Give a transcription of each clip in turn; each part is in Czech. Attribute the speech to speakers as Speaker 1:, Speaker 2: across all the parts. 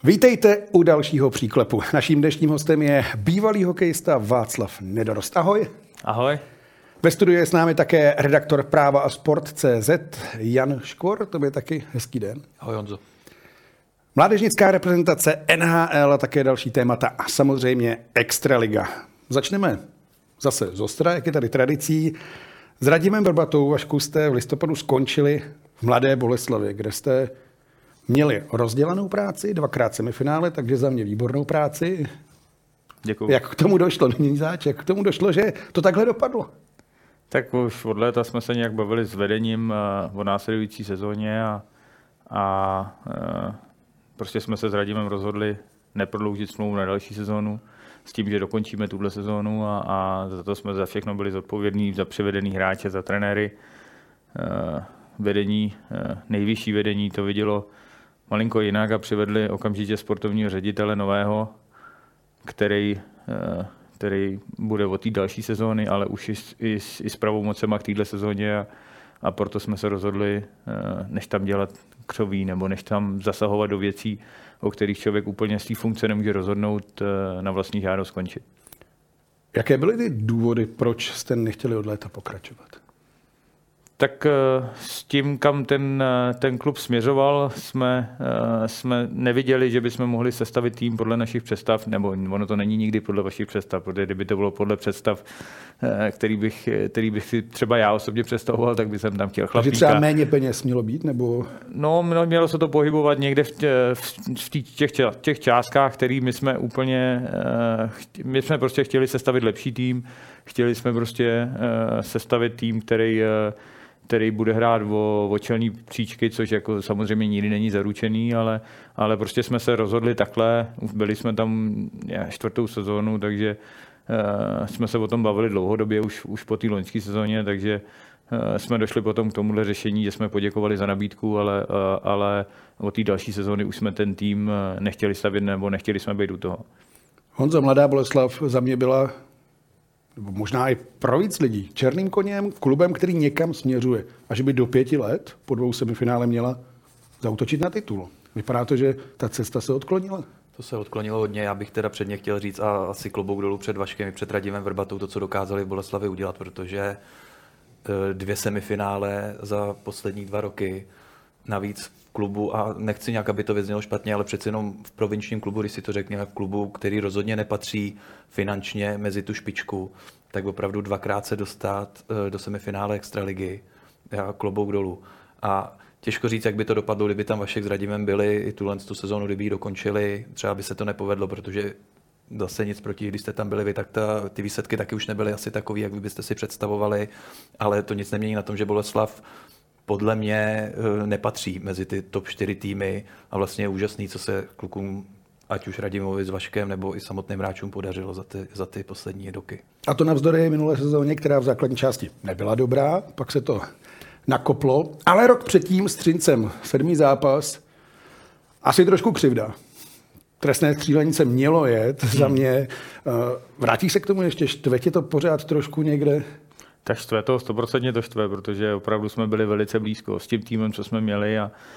Speaker 1: Vítejte u dalšího příklepu. Naším dnešním hostem je bývalý hokejista Václav Nedorost. Ahoj.
Speaker 2: Ahoj.
Speaker 1: Ve studiu je s námi také redaktor Práva a Sport.cz Jan Škvor. To je taky hezký den.
Speaker 2: Ahoj Honzo.
Speaker 1: Mládežnická reprezentace, NHL a také další témata a samozřejmě Extraliga. Začneme zase z ostra, jak je tady tradicí. S Radimem Vrbatou, Vašku, jste v listopadu skončili v Mladé Boleslavi, kde jste měli rozdělanou práci, 2krát semifinále, takže za mě výbornou práci.
Speaker 2: Děkuju.
Speaker 1: Jak k tomu došlo, není záč, jak k tomu došlo, že to takhle dopadlo?
Speaker 2: Tak už od léta jsme se nějak bavili s vedením o následující sezóně a prostě jsme se s Radimem rozhodli neprodloužit smlouvu na další sezónu s tím, že dokončíme tuhle sezónu a za to jsme za všechno byli zodpovědní, za přivedený hráče, za trenéry. Vedení, nejvyšší vedení to vidělo malinko jinak a přivedli okamžitě sportovního ředitele nového, který bude od té další sezóny, ale už i s pravomocema k téhle sezóně a proto jsme se rozhodli, než tam dělat křoví nebo než tam zasahovat do věcí, o kterých člověk úplně z té funkce nemůže rozhodnout, na vlastní žádost skončit.
Speaker 1: Jaké byly ty důvody, proč jste nechtěli od léta pokračovat?
Speaker 2: Tak s tím, kam ten klub směřoval, jsme neviděli, že bychom mohli sestavit tým podle našich představ, nebo ono to není nikdy podle vašich představ, protože kdyby to bylo podle představ, který bych si třeba já osobně představoval, tak bych tam chtěl chlapíka.
Speaker 1: Takže třeba méně peněz mělo být, nebo?
Speaker 2: No, mělo se to pohybovat někde v těch částkách, který my jsme prostě chtěli sestavit lepší tým, chtěli jsme prostě sestavit tým, který bude hrát o čelní příčky, což jako samozřejmě nikdy není zaručený, ale prostě jsme se rozhodli takhle, byli jsme tam 4. sezónu, takže jsme se o tom bavili dlouhodobě, už po té loňské sezóně, takže jsme došli potom k tomuhle řešení, že jsme poděkovali za nabídku, ale od té další sezóny už jsme ten tým nechtěli stavět nebo nechtěli jsme být u toho.
Speaker 1: Honzo, Mladá Boleslav za mě byla, nebo možná i pro víc lidí, černým koněm, klubem, který někam směřuje. A že by do 5 let po 2 semifinále měla zaútočit na titul. Vypadá to, že ta cesta se odklonila.
Speaker 3: To se odklonilo hodně. Já bych teda předně chtěl říct a asi klobouk dolů před Vaškem i před Radimem Vrbatou to, co dokázali v Boleslavi udělat, protože 2 semifinále za poslední 2 roky, navíc v klubu, a nechci nějak, aby to vyznělo špatně, ale přeci jenom v provinčním klubu, když si to řekněme, v klubu, který rozhodně nepatří finančně mezi tu špičku, tak opravdu 2krát se dostat do semifinále Extraligy, klobouk dolů. A těžko říct, jak by to dopadlo, kdyby tam Vašek s Radimem byli i tu sezónu, kdyby ji dokončili, třeba by se to nepovedlo, protože zase nic proti, když jste tam byli vy, tak ty výsledky taky už nebyly asi takový, jak byste si představovali, ale to nic nemění na tom, že Boleslav podle mě nepatří mezi ty top 4 týmy a vlastně je úžasný, co se klukům, ať už Radimovi s Vaškem nebo i samotným hráčům podařilo za ty poslední roky.
Speaker 1: A to navzdory minulé sezóně, která v základní části nebyla dobrá, pak se to nakoplo, ale rok předtím s Třincem 7. zápas, asi trošku křivda. Trestné střílení se mělo jet za mě. Vrátíš se k tomu ještě, štve tě to pořád trošku někde?
Speaker 2: Tak štve to, 100% to štve, protože opravdu jsme byli velice blízko s tím týmem, co jsme měli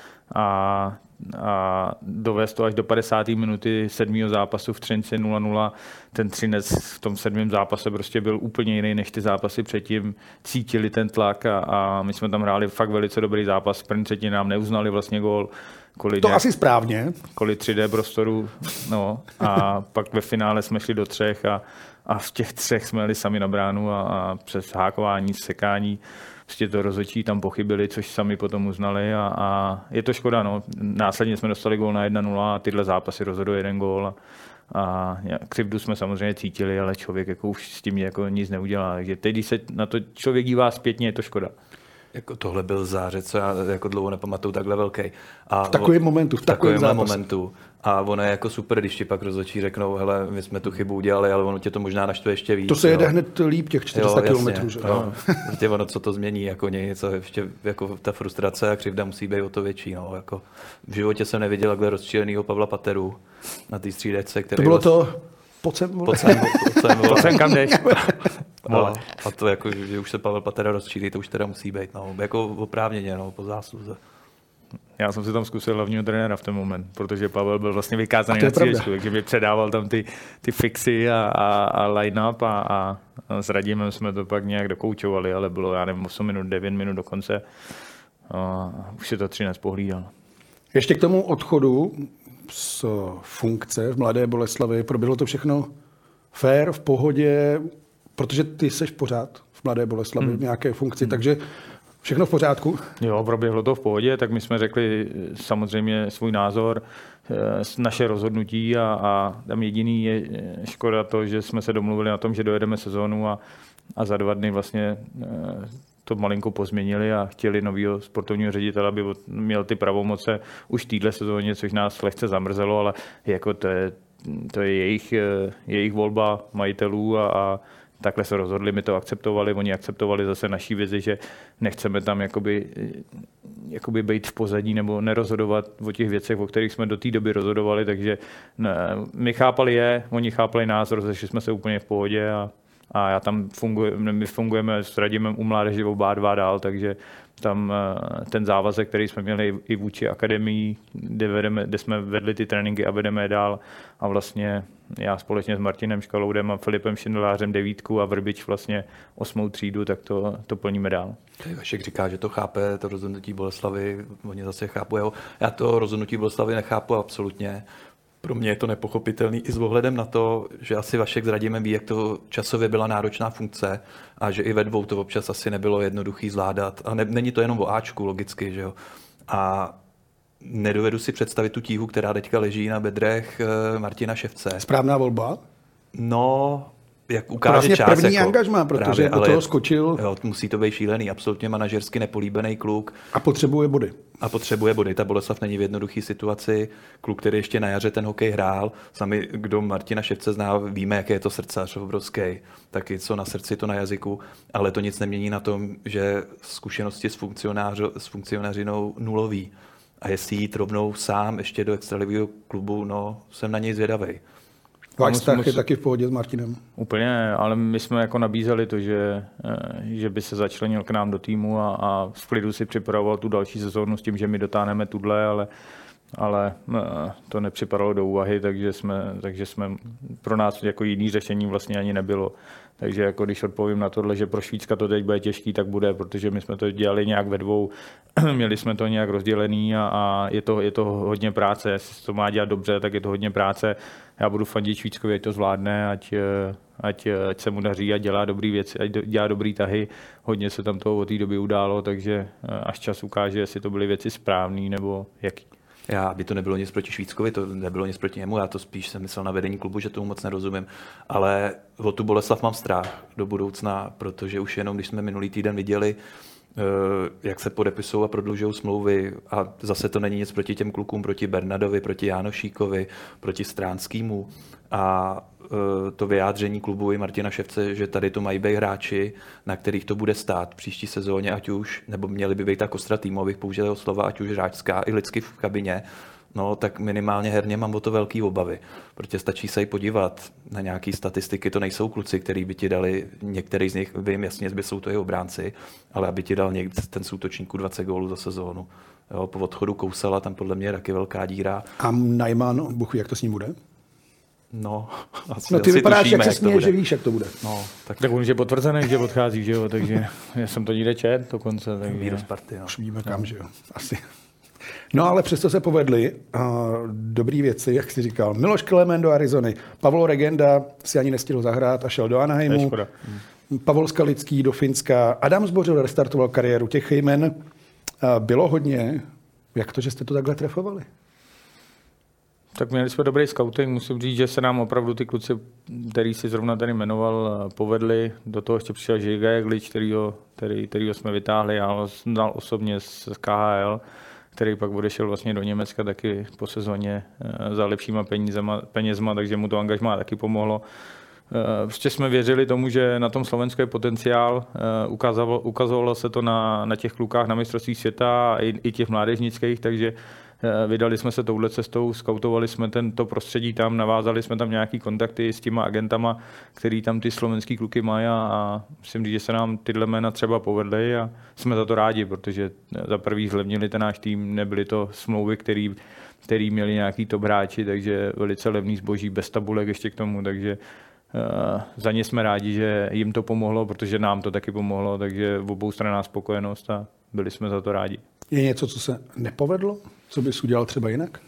Speaker 2: a dovést to až do 50. minuty 7. zápasu v Třinci 0-0. Ten Třinec v tom 7. zápase prostě byl úplně jiný než ty zápasy předtím. Cítili ten tlak a my jsme tam hráli fakt velice dobrý zápas. V první třetině nám neuznali vlastně gól.
Speaker 1: Asi správně.
Speaker 2: Kvůli 3D prostoru. No, a pak ve finále jsme šli do 3 a v těch 3 jsme jeli sami na bránu a přes hákování, sekání. Prostě to rozhodčí tam pochybili, což sami potom uznali a je to škoda. No. Následně jsme dostali gól na 1-0 a tyhle zápasy rozhoduje 1 gól. A křivdu jsme samozřejmě cítili, ale člověk jako už s tím jako nic neudělá. Takže teď, když se na to člověk dívá zpětně, je to škoda.
Speaker 3: Jako tohle byl zářez, co já jako dlouho nepamatuju, takhle velký. A
Speaker 1: v takovém momentu, v takovém
Speaker 3: momentu. A ono je jako super, když ti pak rozhodčí řeknou, hele, my jsme tu chybu udělali, ale ono tě to možná naštve ještě víc.
Speaker 1: To se jede hned líp těch 400 kilometrů.
Speaker 3: Tě ono, co to změní, jako něco, ještě jako ta frustrace a křivda musí být o to větší. No. Jako v životě jsem neviděl takhle rozčílenýho Pavla Pateru na té střídačce, který...
Speaker 1: To bylo to... Pojď
Speaker 2: sem, kam jdeš.
Speaker 3: No, a to jako, že už se Pavel Patera rozčílí, to už teda musí být, no, jako oprávněně, no, po zásluze.
Speaker 2: Já jsem si tam zkusil hlavního trenéra v ten moment, protože Pavel byl vlastně vykázaný na cílečku, takže mi předával tam ty fixy a line-up a s Radimem jsme to pak nějak dokoučovali, ale bylo, já nevím, 8 minut, 9 minut do konce a už si to Třinec pohlídal.
Speaker 1: Ještě k tomu odchodu z funkce v Mladé Boleslavi, proběhlo to všechno fair, v pohodě, protože ty seš pořád v Mladé Boleslavi v nějaké funkci, takže všechno v pořádku?
Speaker 2: Jo, proběhlo to v pohodě, tak my jsme řekli samozřejmě svůj názor, naše rozhodnutí a tam jediný je škoda to, že jsme se domluvili na tom, že dojedeme sezónu a za 2 dny vlastně to malinko pozměnili a chtěli novýho sportovního ředitele, aby měl ty pravomoce už v téhle sezóně, což nás lehce zamrzelo, ale jako to je jejich volba majitelů a takhle se rozhodli, my to akceptovali, oni akceptovali zase naší vizi, že nechceme tam jakoby být v pozadí nebo nerozhodovat o těch věcech, o kterých jsme do té doby rozhodovali, takže my chápali oni chápali nás, rozešli jsme se úplně v pohodě a já tam my fungujeme s Radimem u mládeže oba 2 dál, takže tam ten závazek, který jsme měli i vůči akademii, kde jsme vedli ty tréninky a vedeme je dál a vlastně já společně s Martinem Škaloudem a Filipem Šindelářem 9 a Vrbič vlastně 8. třídu, tak to plníme dál.
Speaker 3: Vašek říká, že to chápe, to rozhodnutí Boleslavy, oni zase chápu jeho. Já to rozhodnutí Boleslavy nechápu absolutně. Pro mě je to nepochopitelný i s ohledem na to, že asi Vašek s Radimem ví, jak to časově byla náročná funkce a že i ve 2 to občas asi nebylo jednoduchý zvládat. A není to jenom o Ačku, logicky, že jo. A nedovedu si představit tu tíhu, která teďka leží na bedrech Martina Ševce.
Speaker 1: Správná volba?
Speaker 3: No, jak ukáže
Speaker 1: vlastně
Speaker 3: čas.
Speaker 1: První angažmá, protože do toho skočil.
Speaker 3: Jo, musí to být šílený, absolutně manažersky nepolíbený kluk.
Speaker 1: A potřebuje body.
Speaker 3: Ta Boleslav není v jednoduché situaci. Kluk, který ještě na jaře ten hokej hrál. Sami, kdo Martina Ševce zná, víme, jaké je to srdcař obrovský. Taky co na srdci, to na jazyku. Ale to nic nemění na tom, že zkušenosti s funkcionářinou nulový. A jestli jít rovnou sám ještě do extraligového klubu, no, jsem na něj zvědavej.
Speaker 1: Váš vztah je taky v pohodě s Martinem?
Speaker 2: Úplně, ale my jsme jako nabízeli to, že by se začlenil k nám do týmu a v klidu si připravoval tu další sezónu s tím, že my dotáhneme tudle, ale to nepřipadalo do úvahy, takže jsme pro nás jako jiný řešení vlastně ani nebylo. Takže jako když odpovím na tohle, že pro Švýcka to teď bude těžký, tak bude, protože my jsme to dělali nějak ve 2, měli jsme to nějak rozdělený a je to hodně práce. Jestli to má dělat dobře, tak je to hodně práce. Já budu fandit Švýckovi, ať to zvládne, ať se mu daří a dělá dobrý věci, ať dělá dobrý tahy. Hodně se tam toho od té doby událo, takže až čas ukáže, jestli to byly věci správné nebo jaký.
Speaker 3: Aby to nebylo nic proti Švýckovi, to nebylo nic proti němu, já to spíš jsem myslel na vedení klubu, že tomu moc nerozumím, ale o tu Boleslav mám strach do budoucna, protože už jenom, když jsme minulý týden viděli, jak se podepisují a prodlužují smlouvy a zase to není nic proti těm klukům, proti Bernadovi, proti Jánošíkovi, proti Stránskýmu a to vyjádření klubu i Martina Ševce, že tady to mají být hráči, na kterých to bude stát příští sezóně, ať už, nebo měli by být tak kostra týmu, abych použil jeho slova, ať už hráčská i lidsky v kabině, no tak minimálně herně mám o to velký obavy, protože stačí se i podívat na nějaké statistiky, to nejsou kluci, který by ti dali, některý z nich, vím jasně, že jsou to jeho obránci, ale aby ti dal ten z útočníků 20 gólů za sezónu. Jo, po odchodu Kousala tam podle mě je taky velká díra.
Speaker 1: A Najman, Bůh ví, jak to s ním bude?
Speaker 3: No,
Speaker 1: ty vypadáš, jak se směje, že víš, jak to bude.
Speaker 2: No, tak on už je potvrzený, že odchází, že jo, takže já jsem to někde čet dokonce.
Speaker 3: Víru z party, no.
Speaker 1: Už víme kam, že jo, asi. No ale přesto se povedly dobrý věci, jak jsi říkal. Miloš Kelemen do Arizony, Pavlo Regenda si ani nestihl zahrát a šel do Anaheimu. Pavol Skalický do Finska, Adam Zbořil restartoval kariéru. Těch jmen bylo hodně. Jak to, že jste to takhle trefovali?
Speaker 2: Tak měli jsme dobrý scouting, musím říct, že se nám opravdu ty kluci, který si zrovna tady jmenoval, povedli. Do toho ještě přišel Žiga Jeglič, kterýho jsme vytáhli, já ho znal osobně z KHL, který pak odešel vlastně do Německa taky po sezóně za lepšíma penězma, takže mu to angažmá taky pomohlo. Prostě jsme věřili tomu, že na tom Slovensku je potenciál, ukazovalo se to na těch klukách na mistrovství světa i těch mládežnických, takže vydali jsme se touhle cestou, skautovali jsme to prostředí tam, navázali jsme tam nějaký kontakty s těma agentama, který tam ty slovenský kluky mají a musím říct, že se nám tyhle jména třeba povedly a jsme za to rádi, protože za prvý zlevnili ten náš tým, nebyly to smlouvy, který měli nějaký top hráči, takže velice levný zboží, bez tabulek ještě k tomu, takže za ně jsme rádi, že jim to pomohlo, protože nám to taky pomohlo, takže v obou stranách spokojenost a byli jsme za to rádi.
Speaker 1: Je něco, co se nepovedlo? Co bys udělal třeba jinak?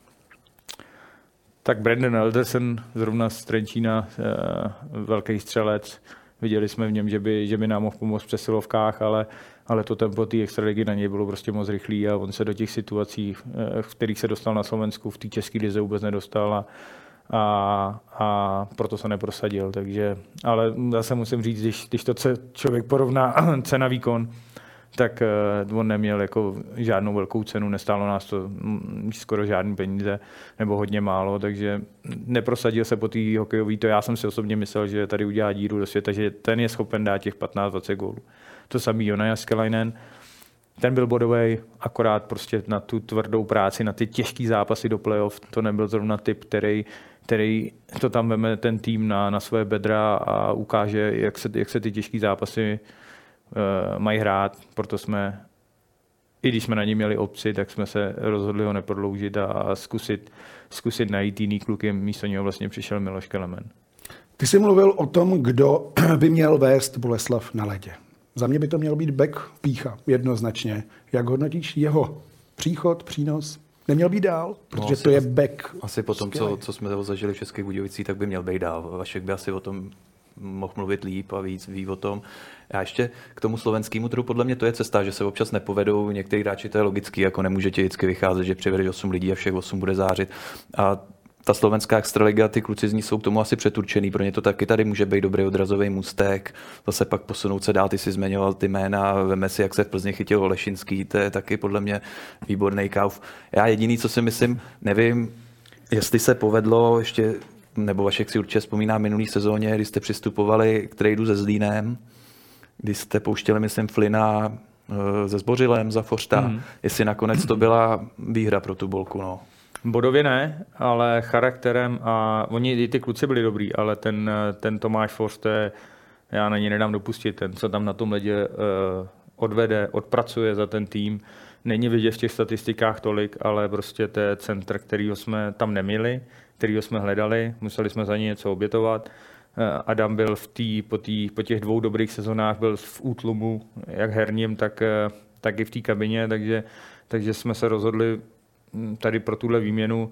Speaker 2: Tak Brandon Alderson, zrovna z Trenčína, velký střelec. Viděli jsme v něm, že by nám mohl pomoct v přesilovkách, ale to tempo té extraligy na něj bylo prostě moc rychlý a on se do těch situací, v kterých se dostal na Slovensku, v té české lize vůbec nedostal a proto se neprosadil. Takže, ale zase musím říct, když to člověk porovná cena výkon, tak on neměl jako žádnou velkou cenu, nestálo nás to skoro žádný peníze, nebo hodně málo, takže neprosadil se po té hokejové. To já jsem si osobně myslel, že tady udělá díru do světa, že ten je schopen dát těch 15-20 gólů. To samý Jona Jääskeläinen, ten byl bodový, akorát prostě na tu tvrdou práci, na ty těžký zápasy do playoff, to nebyl zrovna typ, který to tam veme ten tým na své bedra a ukáže, jak se ty těžký zápasy mají hrát, proto jsme, i když jsme na něj měli opci, tak jsme se rozhodli ho neprodloužit a zkusit najít jiný kluky, místo něho vlastně přišel Miloš Kelemen.
Speaker 1: Ty jsi mluvil o tom, kdo by měl vést Boleslav na ledě. Za mě by to měl být Bek Pícha, jednoznačně. Jak hodnotíš jeho příchod, přínos? Neměl být dál, protože to je Bek.
Speaker 3: Asi po tom, co jsme zažili v Českých Budějovicích, tak by měl být dál. Vašek by asi o tom mohl mluvit líp a ví o tom. Já ještě k tomu slovenskému trhu, podle mě to je cesta, že se občas nepovedou. Některý hráči, to je logický, jako nemůžete vždycky vycházet, že přivedeš 8 lidí a všech 8 bude zářit. A ta slovenská extraliga, ty kluci z ní jsou k tomu asi přeturčený. Pro ně to taky tady může být dobrý odrazový můstek. Zase pak posunout se dál, ty si zmiňoval ty jména, veme si, jak se v Plzni chytil Olešinský, to je taky podle mě výborný kauf. Já jediný, co si myslím, nevím, jestli se povedlo ještě, nebo Vašek si určitě vzpomíná minulý sezóně, kdy jste přistupovali k tradu se Zlínem, kdy jste pouštěli, myslím, Flina se Zbořilem za Forsta, jestli nakonec to byla výhra pro tu Bolku, no.
Speaker 2: Bodově ne, ale charakterem a oni, ty kluci byli dobrý, ale ten Tomáš Forst, já na něj nedám dopustit, ten, co tam na tom ledě odvede, odpracuje za ten tým, není vidět v těch statistikách tolik, ale prostě to je centr, kterýho jsme tam neměli, kterýho jsme hledali, museli jsme za něj něco obětovat. Adam byl po těch 2 dobrých sezonách byl v útlumu, jak herním, tak i v té kabině, takže jsme se rozhodli tady pro tuhle výměnu.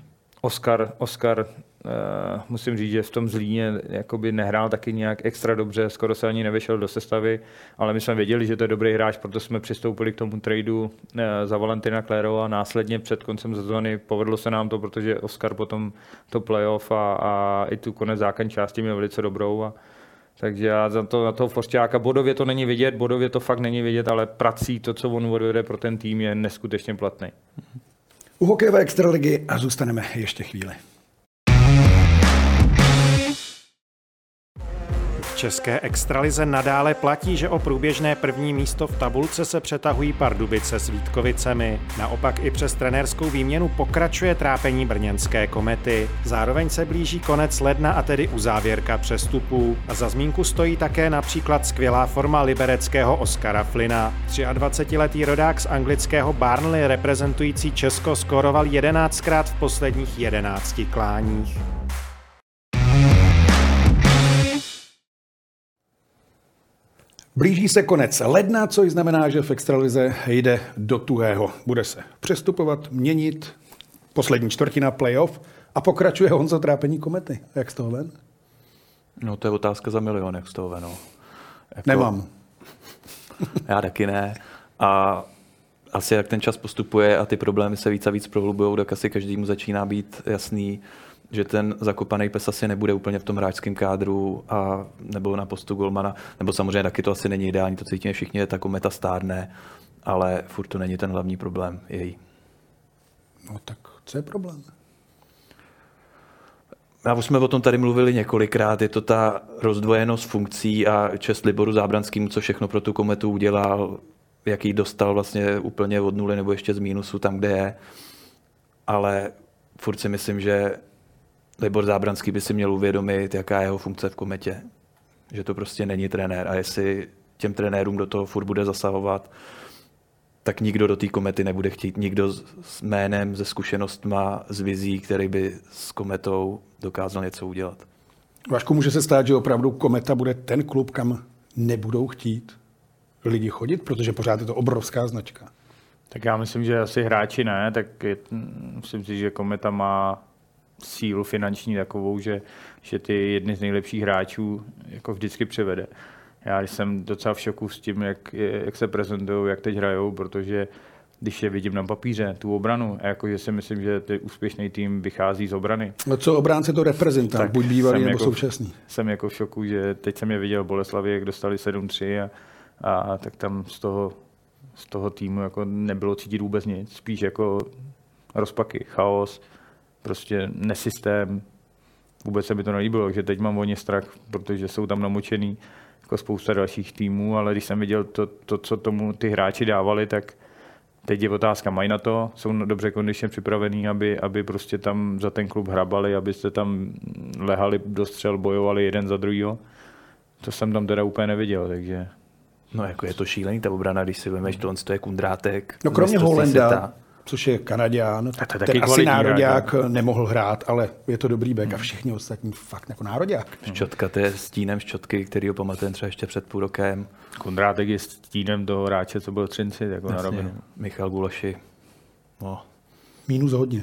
Speaker 2: Oscar musím říct, že v tom Zlíně jakoby nehrál taky nějak extra dobře, skoro se ani nevešel do sestavy, ale my jsme věděli, že to je dobrý hráč, proto jsme přistoupili k tomu tradu za Valentina Klérova. Následně před koncem sezóny povedlo se nám to, protože Oscar potom to playoff a i tu konec základní části měl velice dobrou. Takže já za toho Foršťáka, bodově to není vidět, bodově to fakt není vidět, ale prací to, co on odvede pro ten tým, je neskutečně platný.
Speaker 1: U hokejové extraligy a zůstaneme ještě chvíli.
Speaker 4: V české extralize nadále platí, že o průběžné první místo v tabulce se přetahují Pardubice s Vítkovicemi. Naopak i přes trenérskou výměnu pokračuje trápení brněnské Komety. Zároveň se blíží konec ledna a tedy uzávěrka přestupů. A za zmínku stojí také například skvělá forma libereckého Oskara Flina. 23letý rodák z anglického Burnley reprezentující Česko skóroval 11krát v posledních 11 kláních.
Speaker 1: Blíží se konec ledna, což znamená, že v extralize jde do tuhého. Bude se přestupovat, měnit, poslední čtvrtina playoff a pokračuje Honzo trápení Komety. Jak z toho ven?
Speaker 3: No to je otázka za milion, jak z toho ven.
Speaker 1: Nemám.
Speaker 3: Já taky ne. A asi jak ten čas postupuje a ty problémy se víc a víc prohlubujou, tak asi každému začíná být jasný, že ten zakopaný pes asi nebude úplně v tom hráčském kádru a nebo na postu golmana, nebo samozřejmě taky to asi není ideální, to cítíme všichni, ta Kometa stárne, ale furt to není ten hlavní problém její.
Speaker 1: No tak co je problém?
Speaker 3: A už jsme o tom tady mluvili několikrát, je to ta rozdvojenost funkcí a čest Liboru Zábranskýmu, co všechno pro tu Kometu udělal, jaký dostal vlastně úplně od nuly nebo ještě z mínusu tam, kde je. ale furt si myslím, že Libor Zábranský by si měl uvědomit, jaká je jeho funkce v Kometě. Že to prostě není trenér a jestli těm trenérům do toho furt bude zasahovat, tak nikdo do té Komety nebude chtít. Nikdo s jménem, se zkušenostma, s vizí, který by s Kometou dokázal něco udělat.
Speaker 1: Vašku, může se stát, že opravdu Kometa bude ten klub, kam nebudou chtít lidi chodit, protože pořád je to obrovská značka.
Speaker 2: Tak já myslím, že asi hráči ne, tak myslím si, že Kometa má sílu finanční takovou, že ty jedny z nejlepších hráčů jako vždycky přivede. Já jsem docela v šoku s tím, jak se prezentují, jak teď hrajou, protože když je vidím na papíře, tu obranu, a jakože si myslím, že ten úspěšný tým vychází z obrany.
Speaker 1: No co obránce to reprezentant, buď bývalý nebo současný.
Speaker 2: Jsem jako v šoku, že teď jsem je viděl v Boleslavi, jak dostali 7-3 a tak tam z toho týmu jako nebylo cítit vůbec nic. Spíš jako rozpaky, chaos, prostě nesystém. Vůbec se mi to nelíbilo, že teď mám o ně strach, protože jsou tam namočený jako spousta dalších týmů, ale když jsem viděl to, co tomu ty hráči dávali, tak teď je otázka, mají na to, jsou dobře kondičně připravení, aby prostě tam za ten klub hrabali, abyste tam lehali do střel, bojovali jeden za druhýho. To jsem tam teda úplně neviděl, takže...
Speaker 3: No jako je to šílený ta obrana, když si vemeš, to je Kundrátek.
Speaker 1: No kromě Holenda, což je Kanaďan, ten asi nároďák nemohl hrát, ale je to dobrý back a všichni ostatní fakt jako nároďák.
Speaker 3: Ščotka, to je stínem Ščotky, který ho pamatujeme třeba ještě před půl rokem.
Speaker 2: Kundrátek je stínem toho hráče, co byl v Třinci, jako na rovinu.
Speaker 3: Michal Guloši. No.
Speaker 1: Minus hodně.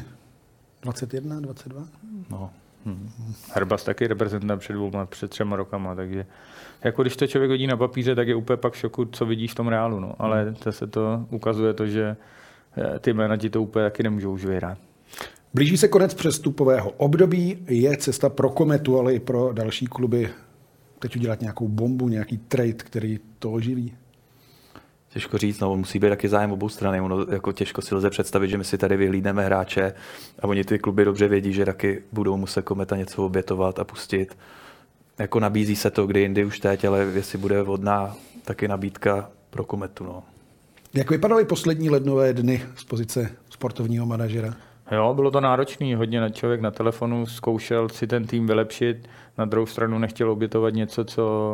Speaker 1: 21, 22?
Speaker 3: No.
Speaker 2: Herbas taky reprezentant před 3 rokama, takže jako když to člověk hodí na papíře, tak je úplně pak v šoku, co vidíš v tom reálu, no. Ale se to ukazuje to, že ty jména ti to úplně taky nemůžou už vyhrát.
Speaker 1: Blíží se konec přestupového období, je cesta pro Kometu, ale i pro další kluby teď udělat nějakou bombu, nějaký trade, který to oživí?
Speaker 3: Těžko říct, no, musí být taky zájem obou strany. Ono jako těžko si lze představit, že my si tady vyhlídneme hráče a oni ty kluby dobře vědí, že taky budou muset Kometa něco obětovat a pustit. Jako nabízí se to kdy jindy už teď, ale jestli bude vhodná taky nabídka pro Kometu. No.
Speaker 1: Jak vypadaly poslední lednové dny z pozice sportovního manažera?
Speaker 2: Jo, bylo to náročný, hodně člověk na telefonu zkoušel si ten tým vylepšit, na druhou stranu nechtěl obětovat něco,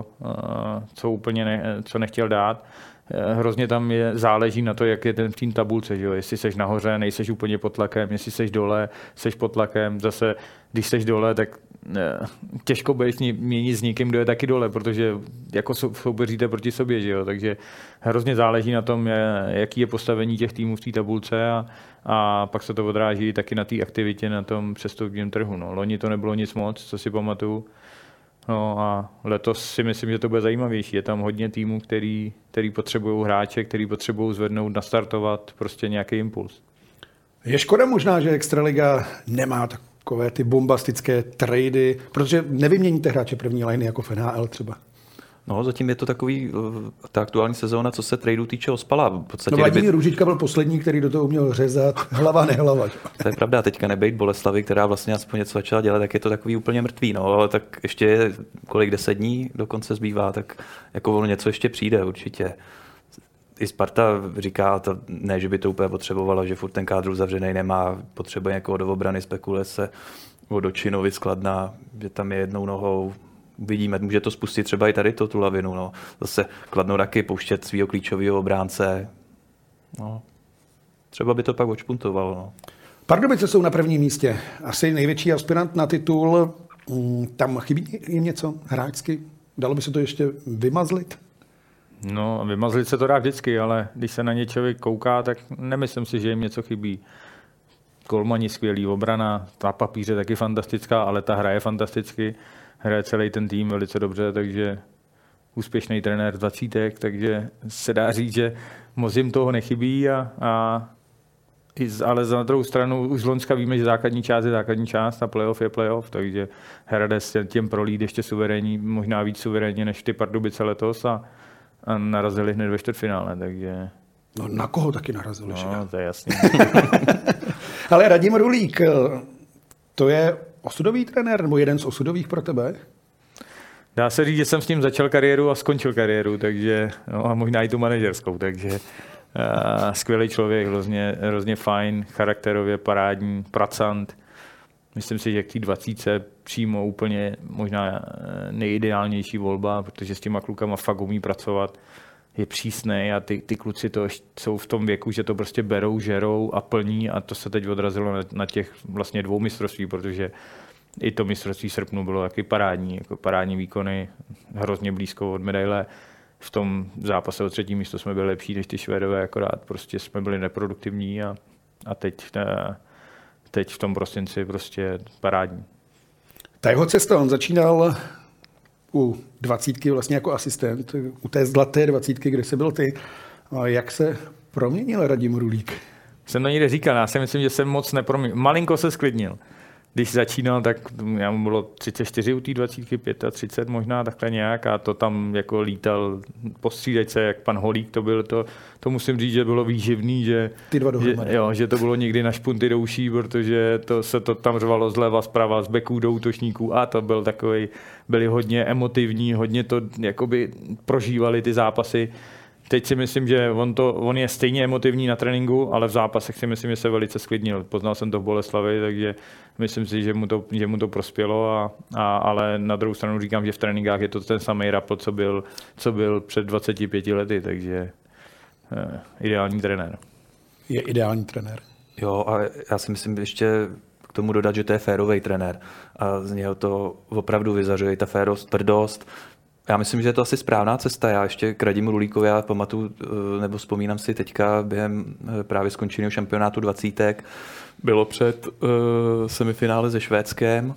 Speaker 2: co úplně co nechtěl dát. Hrozně tam záleží na to, jak je ten tým tabulce, že jo? Jestli seš nahoře, nejseš úplně pod tlakem, jestli seš dole, seš pod tlakem. Zase, když seš dole, tak těžko budeš měnit s někým, kdo je taky dole, protože jako soupeříte proti sobě, že jo? Takže hrozně záleží na tom, jaký je postavení těch týmů v té tabulce a pak se to odráží taky na té aktivitě na tom přestupním trhu. No. Loni to nebylo nic moc, co si pamatuju. No a letos si myslím, že to bude zajímavější. Je tam hodně týmů, který potřebují hráče, který potřebují zvednout, nastartovat prostě nějaký impuls.
Speaker 1: Je škoda možná, že Extraliga nemá takové ty bombastické trady, protože nevyměníte hráče první liny jako v NHL třeba.
Speaker 3: No, zatím je to takový, ta aktuální sezóna, co se tradu týče, ospala. V podstatě,
Speaker 1: Vladimír Růžička byl poslední, který do toho uměl řezat hlava nehlava.
Speaker 3: To je pravda, teďka nebejt Boleslavy, která vlastně aspoň něco začala dělat, tak je to takový úplně mrtvý, no, ale tak ještě kolik 10 dní dokonce zbývá, tak jako něco ještě přijde určitě. I Sparta říká, ne, že by to úplně potřebovala, že furt ten kádr uzavřený nemá, potřebuje někoho do obrany, spekuluje se o Dočinovi Skladna, že tam je jednou nohou. Vidíme, může to spustit třeba i tady tu lavinu. No. Zase Kladno taky pouštět svého klíčového obránce. No. Třeba by to pak odšpuntovalo. No.
Speaker 1: Pardubice jsou na prvním místě. Asi největší aspirant na titul. Tam chybí jim něco hráčsky? Dalo by se to ještě vymazlit?
Speaker 2: No, vymazlit se to dá vždycky, ale když se na ně člověk kouká, tak nemyslím si, že jim něco chybí. Golmani skvělý, obrana, ta papíře taky fantastická, ale ta hra je fantasticky. Hraje celý ten tým velice dobře, takže úspěšný trenér 20, takže se dá říct, že moc jim toho nechybí, ale za druhou stranu už z loňska víme, že základní část a playoff je playoff, takže Hradec těm prolít ještě suverénní, možná víc suverénně než ty Pardubice letos a narazili hned ve čtvrtfinále, takže...
Speaker 1: No na koho taky narazili?
Speaker 2: No, to je jasný.
Speaker 1: Ale Radim Rulík, to je osudový trenér, nebo jeden z osudových pro tebe?
Speaker 2: Dá se říct, že jsem s ním začal kariéru a skončil kariéru, takže, no a možná i tu manažerskou, takže Skvělý člověk, hrozně fajn, charakterově parádní, pracant. Myslím si, že k té 20 přímo úplně možná nejideálnější volba, protože s těma klukama fakt umí pracovat. Je přísnej a ty kluci to jsou v tom věku, že to prostě berou, žerou a plní a to se teď odrazilo na těch vlastně 2 mistrovství, protože i to mistrovství v srpnu bylo taky parádní, jako parádní výkony, hrozně blízko od medaile. V tom zápase o 3. místo jsme byli lepší než ty Švédové, akorát prostě jsme byli neproduktivní a teď v tom prosinci prostě parádní.
Speaker 1: Ta jeho cesta, on začínal u 20 vlastně jako asistent, u té zlaté 20, kde jsi byl ty. A jak se proměnil Radim Rulík?
Speaker 2: Jsem to někde říkal, já si myslím, že jsem moc neproměnil. Malinko se sklidnil. Když začínal, tak já mu bylo 34 u té 20, 35 možná, takhle nějak a to tam jako lítal po střídačce, jak pan Holík to byl, to musím říct, že bylo výživný, že,
Speaker 1: ty dva dohromady.
Speaker 2: že to bylo někdy na špunty do uší, protože se to tam řvalo zleva, zprava, z beků do útočníků a to byl takový, byli hodně emotivní, hodně to jakoby prožívali ty zápasy. Teď si myslím, že on je stejně emotivní na tréninku, ale v zápasech si myslím, že se velice sklidnil. Poznal jsem to v Boleslavi, takže myslím si, že mu to prospělo, ale na druhou stranu říkám, že v tréninkách je to ten samý Rapl, co byl před 25 lety, takže ideální trenér.
Speaker 1: Je ideální trenér.
Speaker 3: Jo, a já si myslím ještě k tomu dodat, že to je férovej trenér a z něho to opravdu vyzařuje, ta férost, tvrdost. Já myslím, že je to asi správná cesta. Já ještě k Radimu Rulíkovi, já pamatuju, nebo vzpomínám si teďka během právě skončeného šampionátu 20. Bylo před semifinále se Švédskem